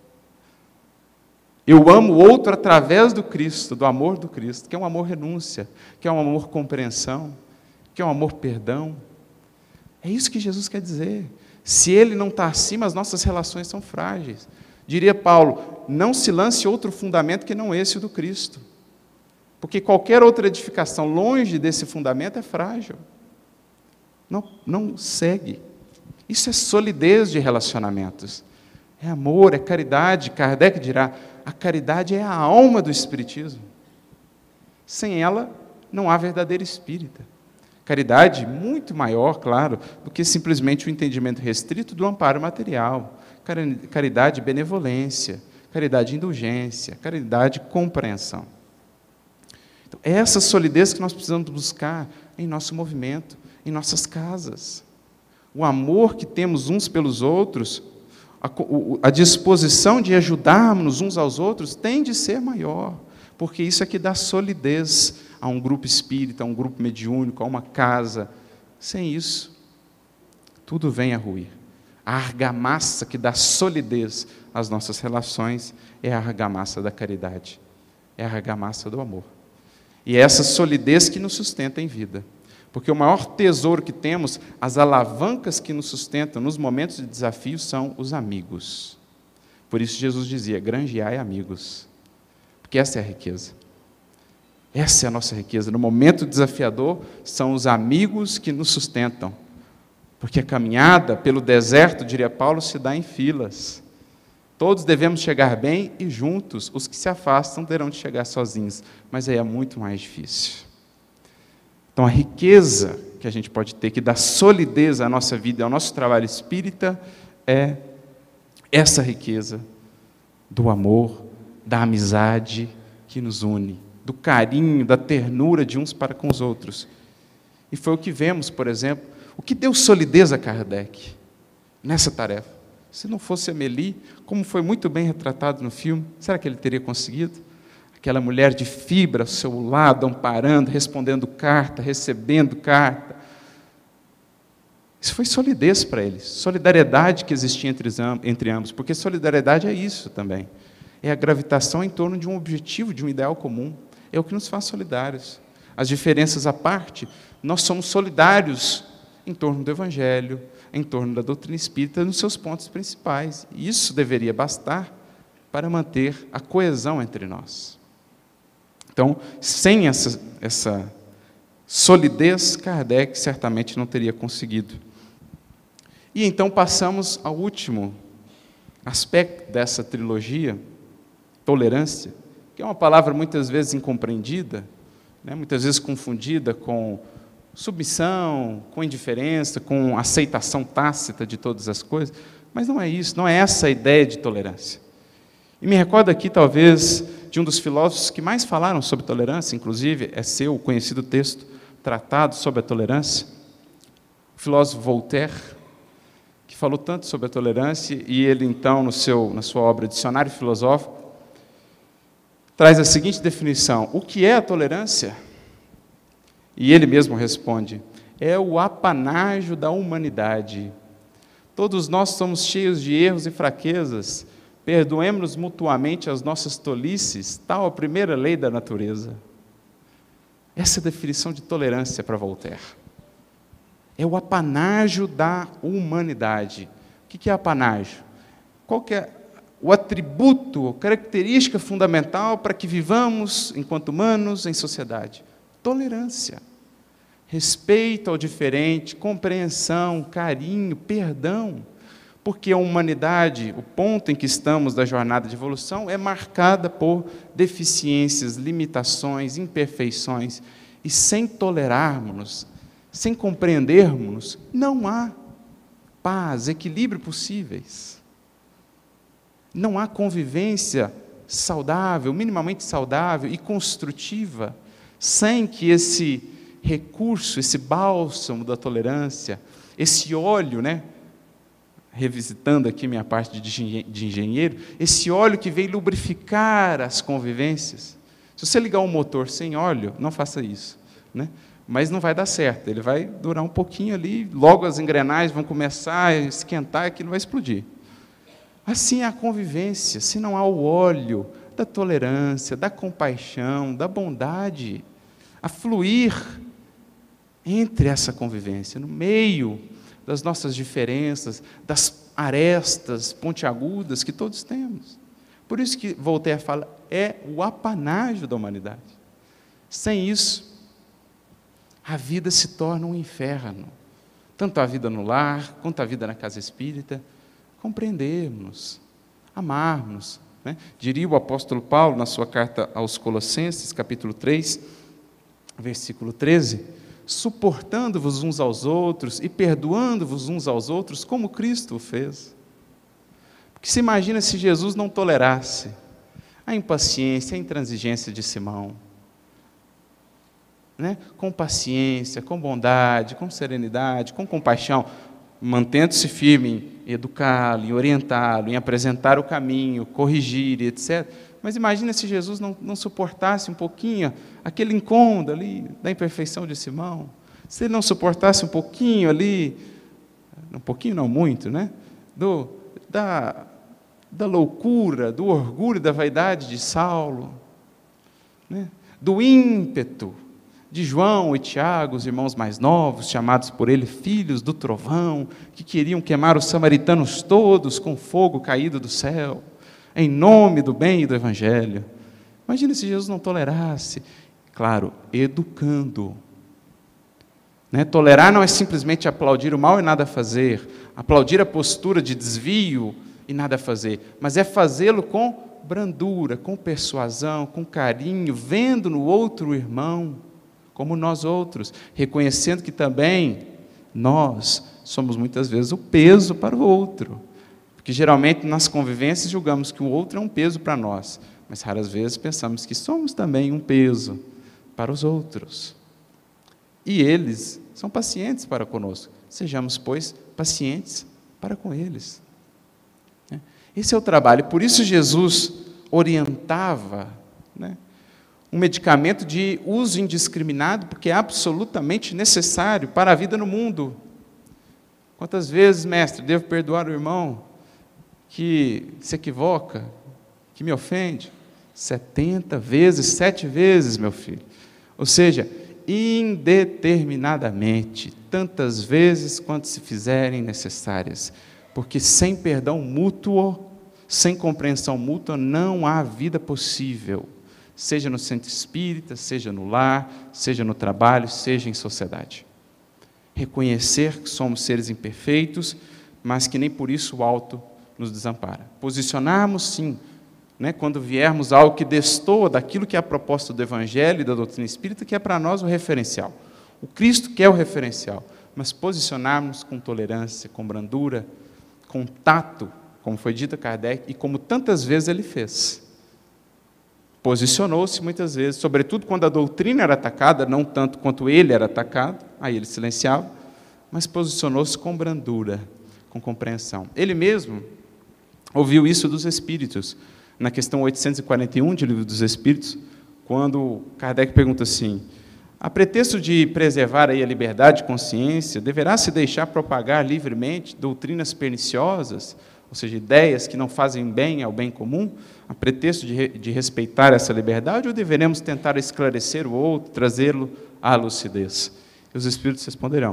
Eu amo o outro através do Cristo, do amor do Cristo, que é um amor renúncia, que é um amor compreensão, que é um amor perdão. É isso que Jesus quer dizer. Se Ele não está acima, as nossas relações são frágeis. Diria Paulo: não se lance outro fundamento que não esse do Cristo. Porque qualquer outra edificação longe desse fundamento é frágil. Não segue. Isso é solidez de relacionamentos. É amor, é caridade. Kardec dirá: a caridade é a alma do Espiritismo. Sem ela, não há verdadeiro espírita. Caridade muito maior, claro, do que simplesmente o entendimento restrito do amparo material. Caridade, benevolência. Caridade, indulgência. Caridade, compreensão. Então, é essa solidez que nós precisamos buscar em nosso movimento, em nossas casas. O amor que temos uns pelos outros, a disposição de ajudarmos uns aos outros tem de ser maior, porque isso é que dá solidez a um grupo espírita, a um grupo mediúnico, a uma casa. Sem isso, tudo vem a ruir. A argamassa que dá solidez às nossas relações é a argamassa da caridade, é a argamassa do amor. E é essa solidez que nos sustenta em vida. Porque o maior tesouro que temos, as alavancas que nos sustentam nos momentos de desafio, são os amigos. Por isso Jesus dizia: granjeai amigos. Porque essa é a riqueza. Essa é a nossa riqueza. No momento desafiador, são os amigos que nos sustentam. Porque a caminhada pelo deserto, diria Paulo, se dá em filas. Todos devemos chegar bem e juntos. Os que se afastam terão de chegar sozinhos. Mas aí é muito mais difícil. Então, a riqueza que a gente pode ter, que dá solidez à nossa vida, ao nosso trabalho espírita, é essa riqueza do amor, da amizade que nos une, do carinho, da ternura de uns para com os outros. E foi o que vemos, por exemplo, o que deu solidez a Kardec nessa tarefa. Se não fosse Amélie, como foi muito bem retratado no filme, será que ele teria conseguido? Aquela mulher de fibra ao seu lado, amparando, respondendo carta, recebendo carta. Isso foi solidez para eles, solidariedade que existia entre ambos, porque solidariedade é isso também. É a gravitação em torno de um objetivo, de um ideal comum. É o que nos faz solidários. As diferenças à parte, nós somos solidários em torno do Evangelho, em torno da doutrina espírita, nos seus pontos principais. E isso deveria bastar para manter a coesão entre nós. Então, sem essa solidez, Kardec certamente não teria conseguido. E então passamos ao último aspecto dessa trilogia, tolerância, que é uma palavra muitas vezes incompreendida, né, muitas vezes confundida com submissão, com indiferença, com aceitação tácita de todas as coisas, mas não é isso, não é essa a ideia de tolerância. E me recordo aqui, talvez, de um dos filósofos que mais falaram sobre tolerância, inclusive é seu conhecido texto, Tratado sobre a Tolerância, o filósofo Voltaire, que falou tanto sobre a tolerância, e ele, então, na sua obra Dicionário Filosófico, traz a seguinte definição: o que é a tolerância? E ele mesmo responde: é o apanágio da humanidade. Todos nós somos cheios de erros e fraquezas, perdoemos-nos mutuamente as nossas tolices, tal a primeira lei da natureza. Essa é a definição de tolerância para Voltaire. É o apanágio da humanidade. O que é apanágio? Qual que é o atributo, a característica fundamental para que vivamos, enquanto humanos, em sociedade? Tolerância. Respeito ao diferente, compreensão, carinho, perdão. Porque a humanidade, o ponto em que estamos da jornada de evolução, é marcada por deficiências, limitações, imperfeições. E sem tolerarmos-nos, sem compreendermos, não há paz, equilíbrio possíveis. Não há convivência saudável, minimamente saudável e construtiva, sem que esse recurso, esse bálsamo da tolerância, esse óleo, né, revisitando aqui minha parte de engenheiro, esse óleo que vem lubrificar as convivências. Se você ligar um motor sem óleo, não faça isso, né? Mas não vai dar certo, ele vai durar um pouquinho ali, logo as engrenagens vão começar a esquentar e aquilo vai explodir. Assim é a convivência, se não há o óleo da tolerância, da compaixão, da bondade, a fluir entre essa convivência, no meio das nossas diferenças, das arestas pontiagudas que todos temos. Por isso que Voltaire fala, é o apanágio da humanidade. Sem isso, a vida se torna um inferno. Tanto a vida no lar, quanto a vida na casa espírita. Compreendermos, amarmos, né? Diria o apóstolo Paulo, na sua carta aos Colossenses, capítulo 3, versículo 13, suportando-vos uns aos outros e perdoando-vos uns aos outros, como Cristo o fez. Porque se imagina se Jesus não tolerasse a impaciência, a intransigência de Simão, né? Com paciência, com bondade, com serenidade, com compaixão, mantendo-se firme em educá-lo, em orientá-lo, em apresentar o caminho, corrigir, etc. Mas imagina se Jesus não suportasse um pouquinho aquele incômodo ali da imperfeição de Simão, se ele não suportasse um pouquinho ali, um pouquinho não muito, né? Da loucura, do orgulho, da vaidade de Saulo, né? Do ímpeto de João e Tiago, os irmãos mais novos, chamados por ele filhos do trovão, que queriam queimar os samaritanos todos com fogo caído do céu, em nome do bem e do Evangelho. Imagina se Jesus não tolerasse, claro, educando. Né? Tolerar não é simplesmente aplaudir o mal e nada fazer, aplaudir a postura de desvio e nada fazer, mas é fazê-lo com brandura, com persuasão, com carinho, vendo no outro irmão como nós outros, reconhecendo que também nós somos muitas vezes o peso para o outro. Porque geralmente nas convivências julgamos que o outro é um peso para nós, mas raras vezes pensamos que somos também um peso para os outros. E eles são pacientes para conosco. Sejamos, pois, pacientes para com eles. Esse é o trabalho. Por isso Jesus orientava, um medicamento de uso indiscriminado, porque é absolutamente necessário para a vida no mundo. Quantas vezes, mestre, devo perdoar o irmão que se equivoca, que me ofende? 70 vezes, 7 vezes, meu filho. Ou seja, indeterminadamente, tantas vezes quanto se fizerem necessárias, porque sem perdão mútuo, sem compreensão mútua, não há vida possível, seja no centro espírita, seja no lar, seja no trabalho, seja em sociedade. Reconhecer que somos seres imperfeitos, mas que nem por isso o alto nos desampara. Posicionarmos, sim, quando viermos algo que destoa daquilo que é a proposta do Evangelho e da doutrina espírita, que é para nós o referencial. O Cristo que é o referencial, mas posicionarmos com tolerância, com brandura, com tato, como foi dito a Kardec, e como tantas vezes ele fez. Posicionou-se muitas vezes, sobretudo quando a doutrina era atacada, não tanto quanto ele era atacado, aí ele silenciava, mas posicionou-se com brandura, com compreensão. Ele mesmo ouviu isso dos Espíritos, na questão 841 de Livro dos Espíritos, quando Kardec pergunta assim: a pretexto de preservar aí a liberdade de consciência, deverá se deixar propagar livremente doutrinas perniciosas, ou seja, ideias que não fazem bem ao bem comum, a pretexto de respeitar essa liberdade, ou deveremos tentar esclarecer o outro, trazê-lo à lucidez? E os Espíritos responderão: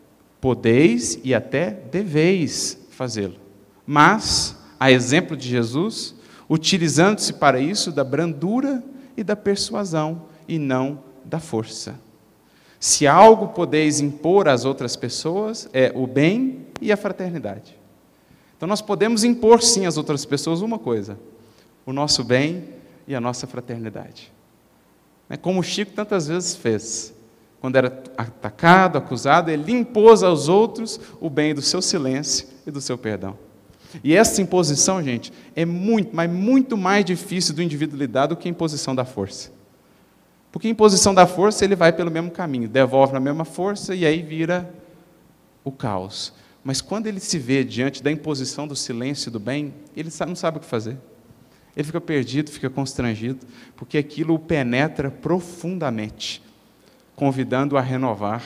podeis e até deveis fazê-lo, mas, a exemplo de Jesus, utilizando-se para isso da brandura e da persuasão, e não da força. Se algo podeis impor às outras pessoas, é o bem e a fraternidade. Então nós podemos impor sim às outras pessoas uma coisa: o nosso bem e a nossa fraternidade. Como o Chico tantas vezes fez. Quando era atacado, acusado, ele impôs aos outros o bem do seu silêncio e do seu perdão. E essa imposição, gente, é muito, mas muito mais difícil do indivíduo lidar do que a imposição da força. Porque a imposição da força, ele vai pelo mesmo caminho, devolve na mesma força e aí vira o caos. Mas quando ele se vê diante da imposição do silêncio e do bem, ele não sabe o que fazer. Ele fica perdido, fica constrangido, porque aquilo o penetra profundamente, convidando a renovar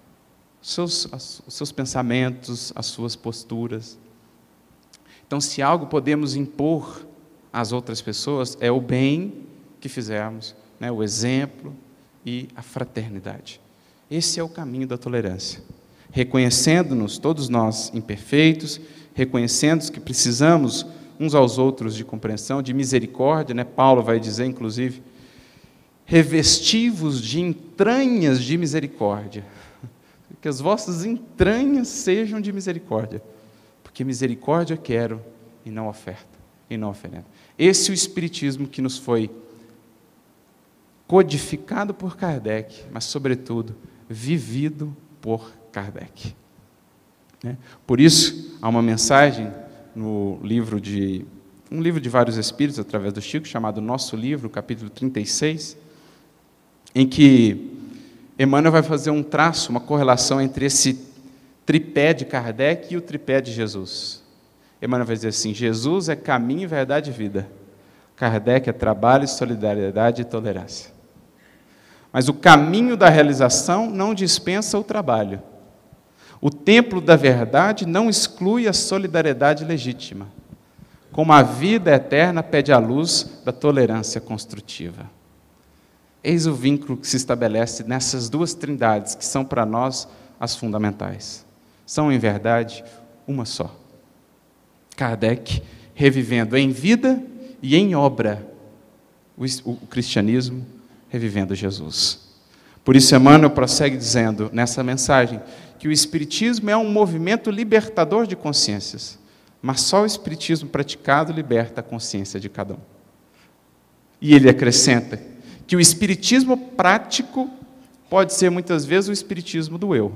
os seus pensamentos, as suas posturas. Então, se algo podemos impor às outras pessoas, é o bem que fizermos, o exemplo e a fraternidade. Esse é o caminho da tolerância. Reconhecendo-nos, todos nós imperfeitos, reconhecendo que precisamos uns aos outros de compreensão, de misericórdia, Paulo vai dizer, inclusive, revesti-vos de entranhas de misericórdia, que as vossas entranhas sejam de misericórdia, porque misericórdia quero e não oferta, e não oferenda. Esse é o Espiritismo que nos foi codificado por Kardec, mas, sobretudo, vivido por Kardec. Por isso, há uma mensagem no livro de vários espíritos, através do Chico, chamado Nosso Livro, capítulo 36, em que Emmanuel vai fazer um traço, uma correlação entre esse tripé de Kardec e o tripé de Jesus. Emmanuel vai dizer assim: Jesus é caminho, verdade e vida. Kardec é trabalho, solidariedade e tolerância. Mas o caminho da realização não dispensa o trabalho. O templo da verdade não exclui a solidariedade legítima, como a vida eterna pede a luz da tolerância construtiva. Eis o vínculo que se estabelece nessas duas trindades, que são para nós as fundamentais. São, em verdade, uma só. Kardec revivendo em vida e em obra o cristianismo, revivendo Jesus. Por isso, Emmanuel prossegue dizendo, nessa mensagem, que o Espiritismo é um movimento libertador de consciências, mas só o Espiritismo praticado liberta a consciência de cada um. E ele acrescenta que o Espiritismo prático pode ser muitas vezes o espiritismo do eu.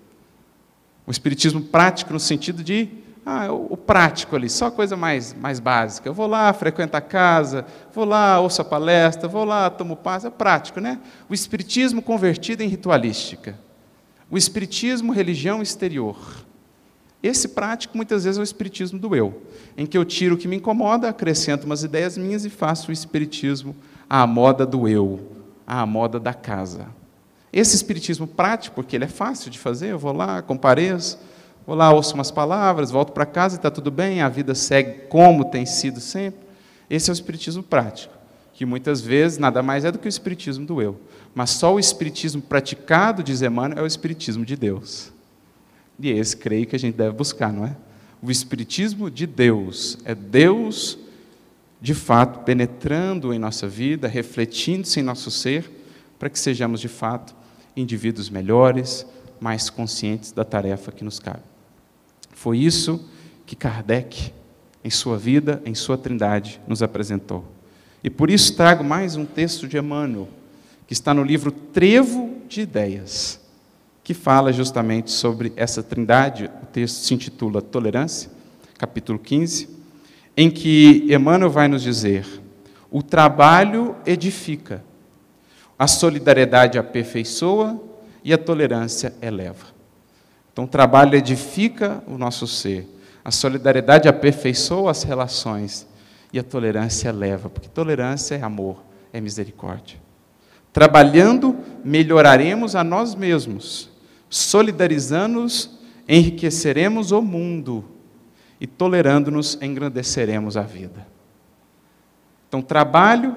O espiritismo prático no sentido de, o prático ali, só coisa mais básica. Eu vou lá, frequento a casa, vou lá, ouço a palestra, vou lá, tomo passe, é prático, né? O espiritismo convertido em ritualística. O espiritismo, religião exterior. Esse prático, muitas vezes, é o espiritismo do eu, em que eu tiro o que me incomoda, acrescento umas ideias minhas e faço o espiritismo à moda do eu, à moda da casa. Esse espiritismo prático, porque ele é fácil de fazer, eu vou lá, compareço, vou lá, ouço umas palavras, volto para casa e está tudo bem, a vida segue como tem sido sempre. Esse é o espiritismo prático, que muitas vezes nada mais é do que o espiritismo do eu. Mas só o espiritismo praticado, diz Emmanuel, é o espiritismo de Deus. E esse, creio que a gente deve buscar, não é? O espiritismo de Deus, é Deus, de fato, penetrando em nossa vida, refletindo-se em nosso ser, para que sejamos, de fato, indivíduos melhores, mais conscientes da tarefa que nos cabe. Foi isso que Kardec, em sua vida, em sua trindade, nos apresentou. E por isso trago mais um texto de Emmanuel, que está no livro Trevo de Ideias, que fala justamente sobre essa trindade. O texto se intitula Tolerância, capítulo 15, em que Emmanuel vai nos dizer: o trabalho edifica, a solidariedade aperfeiçoa e a tolerância eleva. Então, o trabalho edifica o nosso ser, a solidariedade aperfeiçoa as relações e a tolerância eleva, porque tolerância é amor, é misericórdia. Trabalhando, melhoraremos a nós mesmos, solidarizando-nos, enriqueceremos o mundo e tolerando-nos, engrandeceremos a vida. Então, trabalho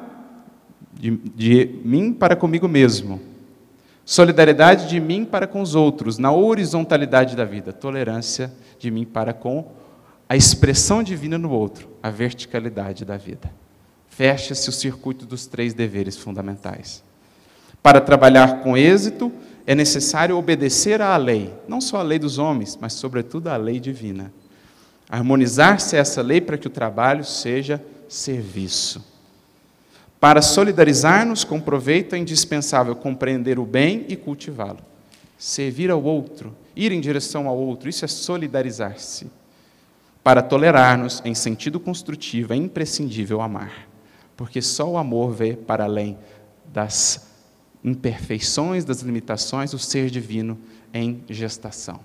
de mim para comigo mesmo, solidariedade de mim para com os outros, na horizontalidade da vida, tolerância de mim para com a expressão divina no outro, a verticalidade da vida. Fecha-se o circuito dos 3 deveres fundamentais. Para trabalhar com êxito, é necessário obedecer à lei, não só à lei dos homens, mas, sobretudo, à lei divina. Harmonizar-se a essa lei para que o trabalho seja serviço. Para solidarizar-nos com proveito, é indispensável compreender o bem e cultivá-lo. Servir ao outro, ir em direção ao outro, isso é solidarizar-se. Para tolerar-nos em sentido construtivo, é imprescindível amar, porque só o amor vê para além das imperfeições, das limitações, o ser divino em gestação.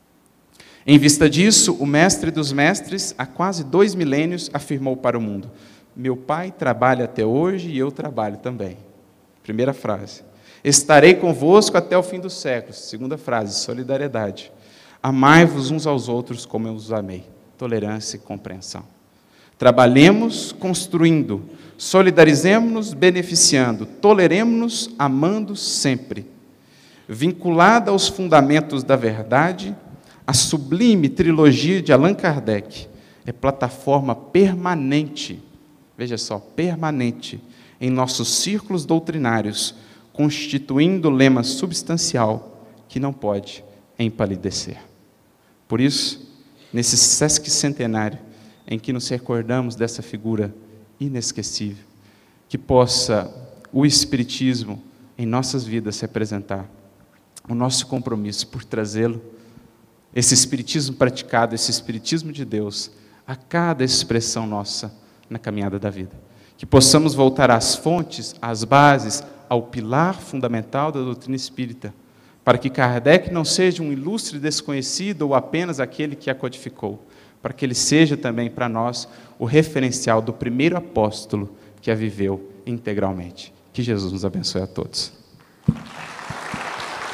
Em vista disso, o mestre dos mestres, há quase 2 milênios, afirmou para o mundo: meu pai trabalha até hoje e eu trabalho também. Primeira frase. Estarei convosco até o fim dos séculos. Segunda frase, solidariedade. Amai-vos uns aos outros como eu os amei. Tolerância e compreensão. Trabalhemos construindo, solidarizemos-nos beneficiando, toleremos-nos amando sempre. Vinculada aos fundamentos da verdade, a sublime trilogia de Allan Kardec é plataforma permanente, veja só, permanente, em nossos círculos doutrinários, constituindo lema substancial que não pode empalidecer. Por isso, nesse sesquicentenário em que nos recordamos dessa figura inesquecível, que possa o Espiritismo em nossas vidas representar o nosso compromisso por trazê-lo, esse Espiritismo praticado, esse Espiritismo de Deus, a cada expressão nossa na caminhada da vida. Que possamos voltar às fontes, às bases, ao pilar fundamental da doutrina espírita, para que Kardec não seja um ilustre desconhecido ou apenas aquele que a codificou, para que ele seja também para nós o referencial do primeiro apóstolo que a viveu integralmente. Que Jesus nos abençoe a todos.